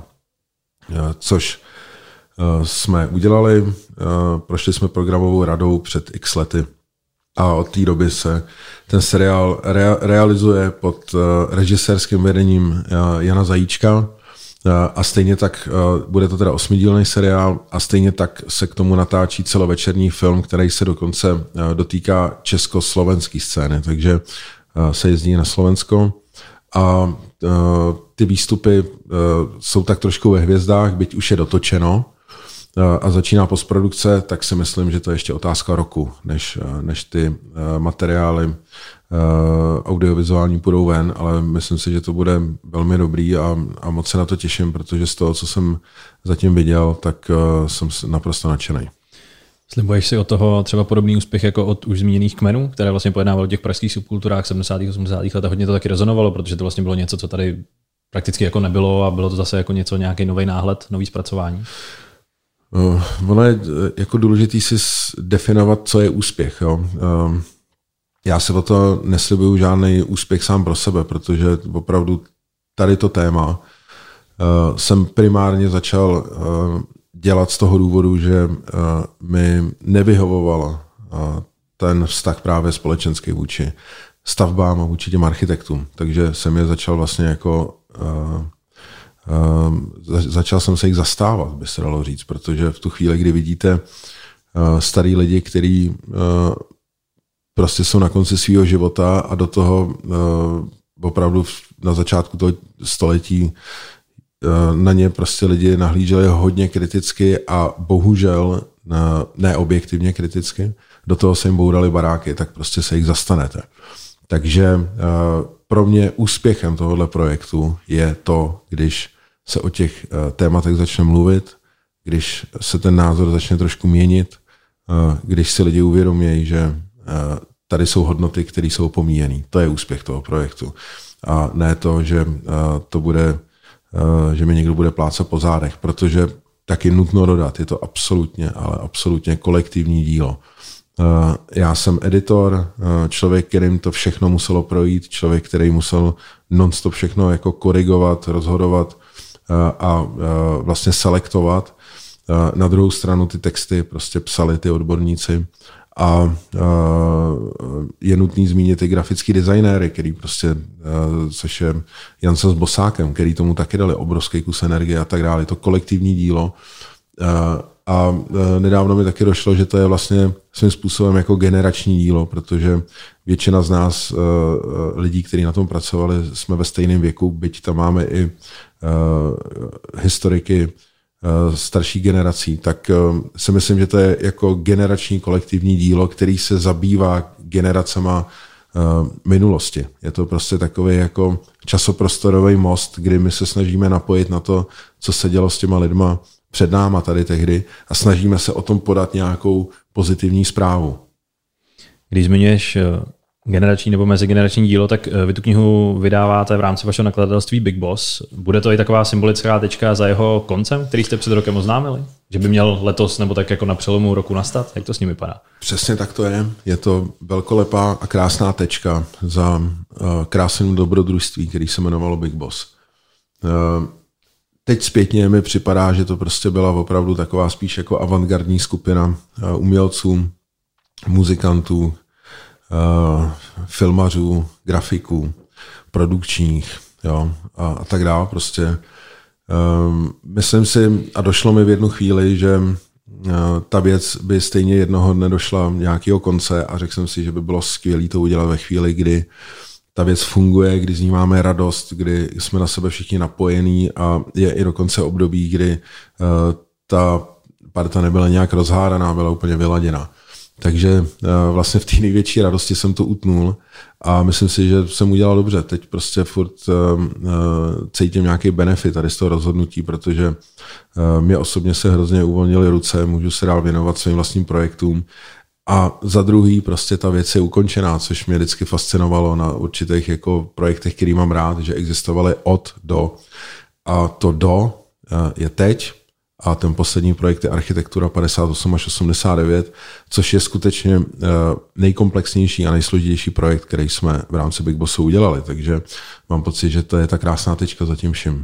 Speaker 2: což jsme udělali. Prošli jsme programovou radou před x lety a od té doby se ten seriál rea- realizuje pod režisérským vedením Jana Zajíčka a stejně tak bude to teda osmidílný seriál a stejně tak se k tomu natáčí celovečerní film, který se dokonce dotýká československé scény, takže se jezdí na Slovensko a ty výstupy jsou tak trošku ve hvězdách, byť už je dotočeno a začíná postprodukce, tak si myslím, že to je ještě otázka roku, než, než ty materiály audiovizuální půjdou ven, ale myslím si, že to bude velmi dobrý a, a moc se na to těším, protože z toho, co jsem zatím viděl, tak jsem naprosto nadšený.
Speaker 1: Slibuješ si od toho třeba podobný úspěch jako od už zmíněných Kmenů, které vlastně pojednávalo o těch pražských subkulturách sedmdesátých osmdesátých let a hodně to taky rezonovalo, protože to vlastně bylo něco, co tady prakticky jako nebylo a bylo to zase jako něco, nějaký nový náhled, nový zpracování?
Speaker 2: Uh, ono je jako důležitý si definovat, co je úspěch. Jo. Uh, já si o to neslibuju žádný úspěch sám pro sebe, protože opravdu tady to téma uh, jsem primárně začal uh, dělat z toho důvodu, že uh, mi nevyhovovala uh, ten vztah právě společenský vůči stavbám a vůči těm architektům. Takže jsem je začal vlastně jako uh, začal jsem se jich zastávat, by se dalo říct, protože v tu chvíli, kdy vidíte uh, starý lidi, kteří uh, prostě jsou na konci svého života a do toho uh, opravdu na začátku toho století uh, na ně prostě lidi nahlíželi hodně kriticky a bohužel uh, neobjektivně kriticky, do toho se jim bourali baráky, tak prostě se jich zastanete. Takže uh, pro mě úspěchem tohoto projektu je to, když se o těch uh, tématech začne mluvit, když se ten názor začne trošku měnit, uh, když si lidi uvědomějí, že uh, tady jsou hodnoty, které jsou opomíjené. To je úspěch toho projektu. A ne to, že uh, to bude, uh, že mi někdo bude plácat po zádech, protože taky nutno dodat, je to absolutně, ale absolutně kolektivní dílo. Já jsem editor, člověk, kterým to všechno muselo projít, člověk, který musel non-stop všechno jako korigovat, rozhodovat a vlastně selektovat. Na druhou stranu ty texty prostě psali ty odborníci a je nutný zmínit i grafický designéry, který prostě, což je Janca s Bosákem, který tomu taky dali obrovský kus energie a tak dále. Je to kolektivní dílo. A nedávno mi taky došlo, že to je vlastně svým způsobem jako generační dílo, protože většina z nás lidí, kteří na tom pracovali, jsme ve stejném věku, byť tam máme i historiky starší generací, tak si myslím, že to je jako generační kolektivní dílo, který se zabývá generacema minulosti. Je to prostě takový jako časoprostorový most, kdy my se snažíme napojit na to, co se dělo s těma lidma před náma tady tehdy a snažíme se o tom podat nějakou pozitivní zprávu.
Speaker 1: Když zmiňuješ generační nebo mezigenerační dílo, tak vy tu knihu vydáváte v rámci vašeho nakladatelství Big Boss. Bude to i taková symbolická tečka za jeho koncem, který jste před rokem oznámili? Že by měl letos nebo tak jako na přelomu roku nastat? Jak to s ním vypadá?
Speaker 2: Přesně tak to je. Je to velkolepá a krásná tečka za krásným dobrodružství, který se jmenovalo Big Boss. Teď zpětně mi připadá, že to prostě byla opravdu taková spíš jako avantgardní skupina umělců, muzikantů, filmařů, grafiků, produkčních, jo, a, a tak dále. Prostě um, myslím si, a došlo mi v jednu chvíli, že uh, ta věc by stejně jednoho dne došla nějakého konce a řekl jsem si, že by bylo skvělé to udělat ve chvíli, kdy ta věc funguje, kdy z ní máme radost, kdy jsme na sebe všichni napojení a je i dokonce období, kdy uh, ta parta nebyla nějak rozhádaná, byla úplně vyladěná. Takže uh, vlastně v té největší radosti jsem to utnul a myslím si, že jsem udělal dobře. Teď prostě furt uh, uh, cítím nějaký benefit tady z toho rozhodnutí, protože uh, mě osobně se hrozně uvolnily ruce, můžu se dál věnovat svým vlastním projektům. A za druhý prostě ta věc je ukončená, což mě vždycky fascinovalo na určitých jako projektech, který mám rád, že existovaly od do. A to do je teď a ten poslední projekt je Architektura padesát osm až osmdesát devět, což je skutečně nejkomplexnější a nejsložitější projekt, který jsme v rámci Big Bossu udělali. Takže mám pocit, že to je ta krásná tečka za tím vším.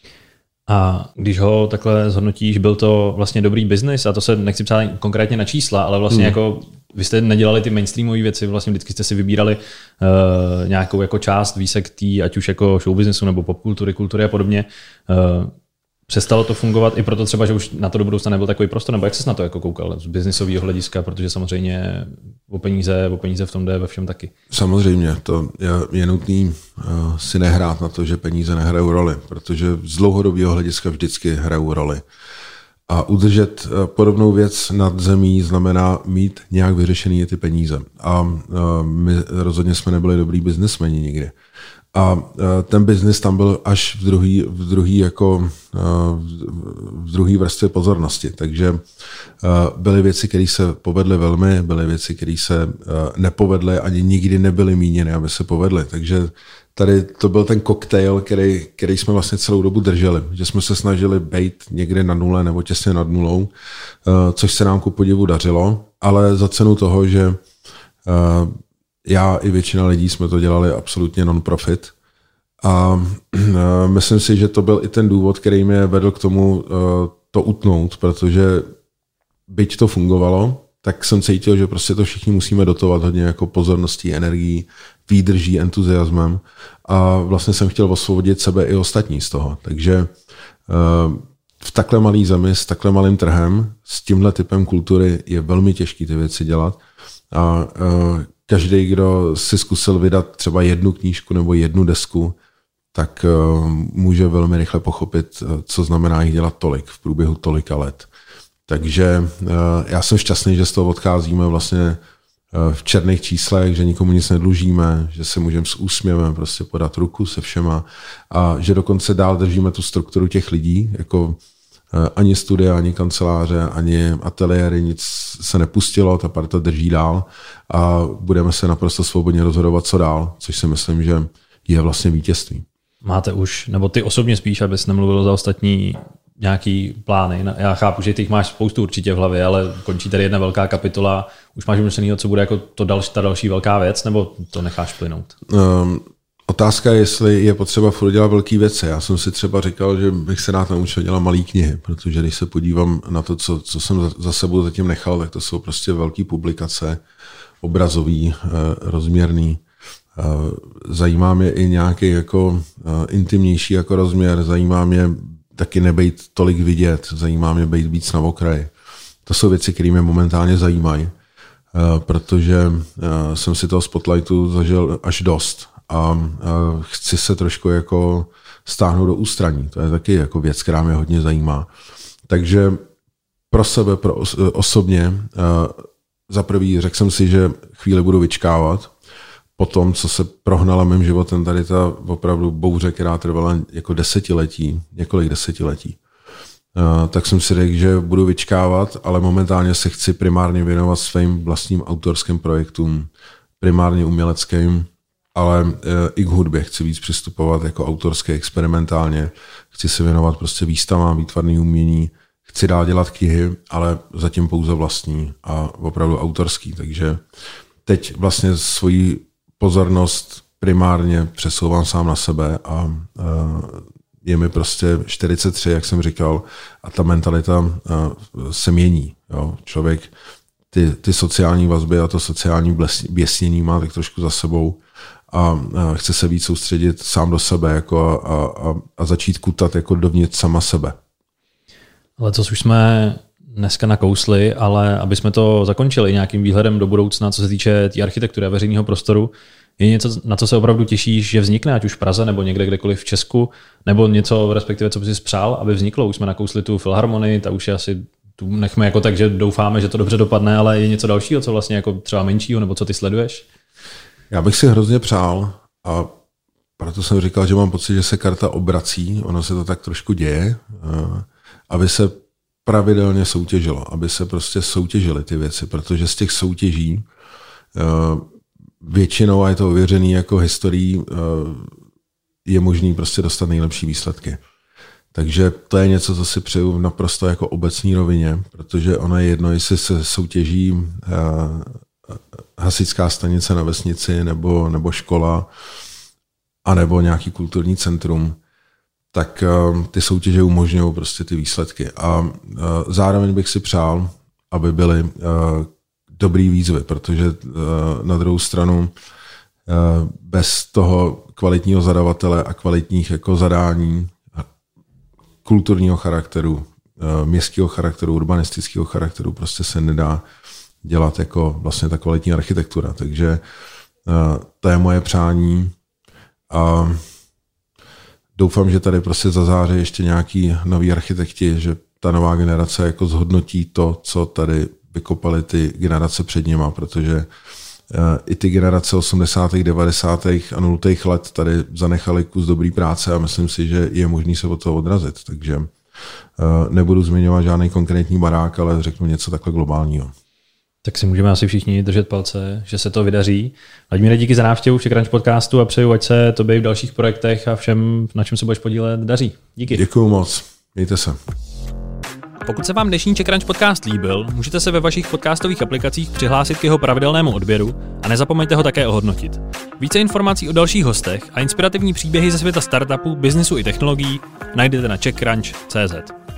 Speaker 1: A když ho takhle zhodnotíš, byl to vlastně dobrý biznis, a to se nechci psát konkrétně na čísla, ale vlastně hmm. jako vy jste nedělali ty mainstreamové věci, vlastně vždycky jste si vybírali uh, nějakou jako část výsek tý, ať už jako show businessu nebo popkultury, kultury a podobně. Uh, přestalo to fungovat i proto třeba, že už na to do budoucna nebyl takový prostor, nebo jak ses na to jako koukal z biznisového hlediska, protože samozřejmě o peníze, o peníze v tom jde ve všem taky.
Speaker 2: Samozřejmě, to je, je nutný uh, si nehrát na to, že peníze nehrajou roli, protože z dlouhodobého hlediska vždycky hrajou roli. A udržet uh, podobnou věc nad zemí znamená mít nějak vyřešený ty peníze. A uh, my rozhodně jsme nebyli dobrý biznesmeni nikdy. A ten biznis tam byl až v druhý, v druhý jako v druhý vrstvě pozornosti. Takže byly věci, které se povedly velmi, byly věci, které se nepovedly, ani nikdy nebyly míněny, aby se povedly. Takže tady to byl ten koktejl, který, který jsme vlastně celou dobu drželi. Že jsme se snažili být někde na nule nebo těsně nad nulou, což se nám ku podivu dařilo, ale za cenu toho, že já i většina lidí jsme to dělali absolutně non-profit a myslím si, že to byl i ten důvod, který mě vedl k tomu to utnout, protože byť to fungovalo, tak jsem cítil, že prostě to všichni musíme dotovat hodně jako pozorností, energií, výdrží, entuziasmem a vlastně jsem chtěl osvobodit sebe i ostatní z toho. Takže v takhle malý zemi, s takhle malým trhem, s tímhle typem kultury je velmi těžké ty věci dělat a každý, kdo si zkusil vydat třeba jednu knížku nebo jednu desku, tak může velmi rychle pochopit, co znamená jich dělat tolik v průběhu tolika let. Takže já jsem šťastný, že z toho odcházíme vlastně v černých číslech, že nikomu nic nedlužíme, že se můžeme s úsměvem prostě podat ruku se všema a že dokonce dál držíme tu strukturu těch lidí, jako ani studia, ani kanceláře, ani ateliéry, nic se nepustilo, ta parta drží dál a budeme se naprosto svobodně rozhodovat, co dál, což si myslím, že je vlastně vítězství.
Speaker 1: Máte už, nebo ty osobně spíš, abys nemluvil za ostatní, nějaký plány? Já chápu, že ty jich máš spoustu určitě v hlavě, ale končí tady jedna velká kapitola. Už máš vymyšlenýho, co bude jako to další, ta další velká věc, nebo to necháš plynout?
Speaker 2: Um, otázka je, jestli je potřeba furt dělat velké věci. Já jsem si třeba říkal, že bych se rád naučil dělat malé knihy, protože když se podívám na to, co, co jsem za sebou zatím nechal, tak to jsou prostě velké publikace, obrazový, rozměrný. Zajímá mě i nějaký jako intimnější jako rozměr, zajímá mě taky nebejt tolik vidět, zajímá mě být víc na okraji. To jsou věci, které mě momentálně zajímají, protože jsem si toho spotlightu zažil až dost a chci se trošku jako stáhnout do ústraní. To je taky jako věc, která mě hodně zajímá. Takže pro sebe, pro osobně, za prvý řekl jsem si, že chvíli budu vyčkávat. Po tom, co se prohnala mým životem, tady ta opravdu bouře, která trvala jako desetiletí, několik desetiletí, tak jsem si řekl, že budu vyčkávat, ale momentálně se chci primárně věnovat svým vlastním autorským projektům, primárně uměleckým, ale i k hudbě chci víc přistupovat jako autorské, experimentálně. Chci se věnovat prostě výstavám, výtvarný umění, chci dál dělat knihy, ale zatím pouze vlastní a opravdu autorský. Takže teď vlastně svoji pozornost primárně přesouvám sám na sebe a je mi prostě čtyřicet tři, jak jsem říkal, a ta mentalita se mění. Jo. Člověk ty, ty sociální vazby a to sociální běsnění má tak trošku za sebou a chce se víc soustředit sám do sebe jako a, a, a začít kutat jako dovnitř sama sebe.
Speaker 1: Ale co už jsme dneska nakousli, ale aby jsme to zakončili nějakým výhledem do budoucna, co se týče té architektury a veřejného prostoru, je něco, na co se opravdu těšíš, že vznikne, ať už v Praze nebo někde kdekoliv v Česku, nebo něco, respektive co bys přál, aby vzniklo? Už jsme nakousli tu filharmonii, ta už je asi, tu nechme jako tak, že doufáme, že to dobře dopadne, ale je něco dalšího, co vlastně jako třeba menšího, nebo co ty sleduješ?
Speaker 2: Já bych si hrozně přál a proto jsem říkal, že mám pocit, že se karta obrací, ono se to tak trošku děje, aby se pravidelně soutěžilo, aby se prostě soutěžily ty věci, protože z těch soutěží většinou, a je to ověřený jako historií, je možný prostě dostat nejlepší výsledky. Takže to je něco, co si přeju v naprosto jako obecní rovině, protože ono je jedno, jestli se soutěží hasičská stanice na vesnici nebo, nebo škola a nebo nějaký kulturní centrum, tak ty soutěže umožňují prostě ty výsledky. A zároveň bych si přál, aby byly dobrý výzvy, protože na druhou stranu bez toho kvalitního zadavatele a kvalitních jako zadání kulturního charakteru, městského charakteru, urbanistického charakteru prostě se nedá dělat jako vlastně ta kvalitní architektura. Takže to je moje přání a doufám, že tady prostě zazáří ještě nějaký noví architekti, že ta nová generace jako zhodnotí to, co tady vykopali ty generace před nima, protože uh, i ty generace osmdesátých, devadesátých a nultých let tady zanechali kus dobrý práce a myslím si, že je možný se od toho odrazit. Takže uh, nebudu zmiňovat žádný konkrétní barák, ale řeknu něco takhle globálního.
Speaker 1: Tak si můžeme asi všichni držet palce, že se to vydaří. Vladimíre, díky za návštěvu v CzechCrunch podcastu a přeju, ať se tobě v dalších projektech a všem, na čem se budeš podílet, daří. Díky.
Speaker 2: Děkuju moc. Mějte se.
Speaker 1: Pokud se vám dnešní CzechCrunch podcast líbil, můžete se ve vašich podcastových aplikacích přihlásit k jeho pravidelnému odběru a nezapomeňte ho také ohodnotit. Více informací o dalších hostech a inspirativní příběhy ze světa startupu, biznesu i technologií najdete na czechcrunch tečka cz.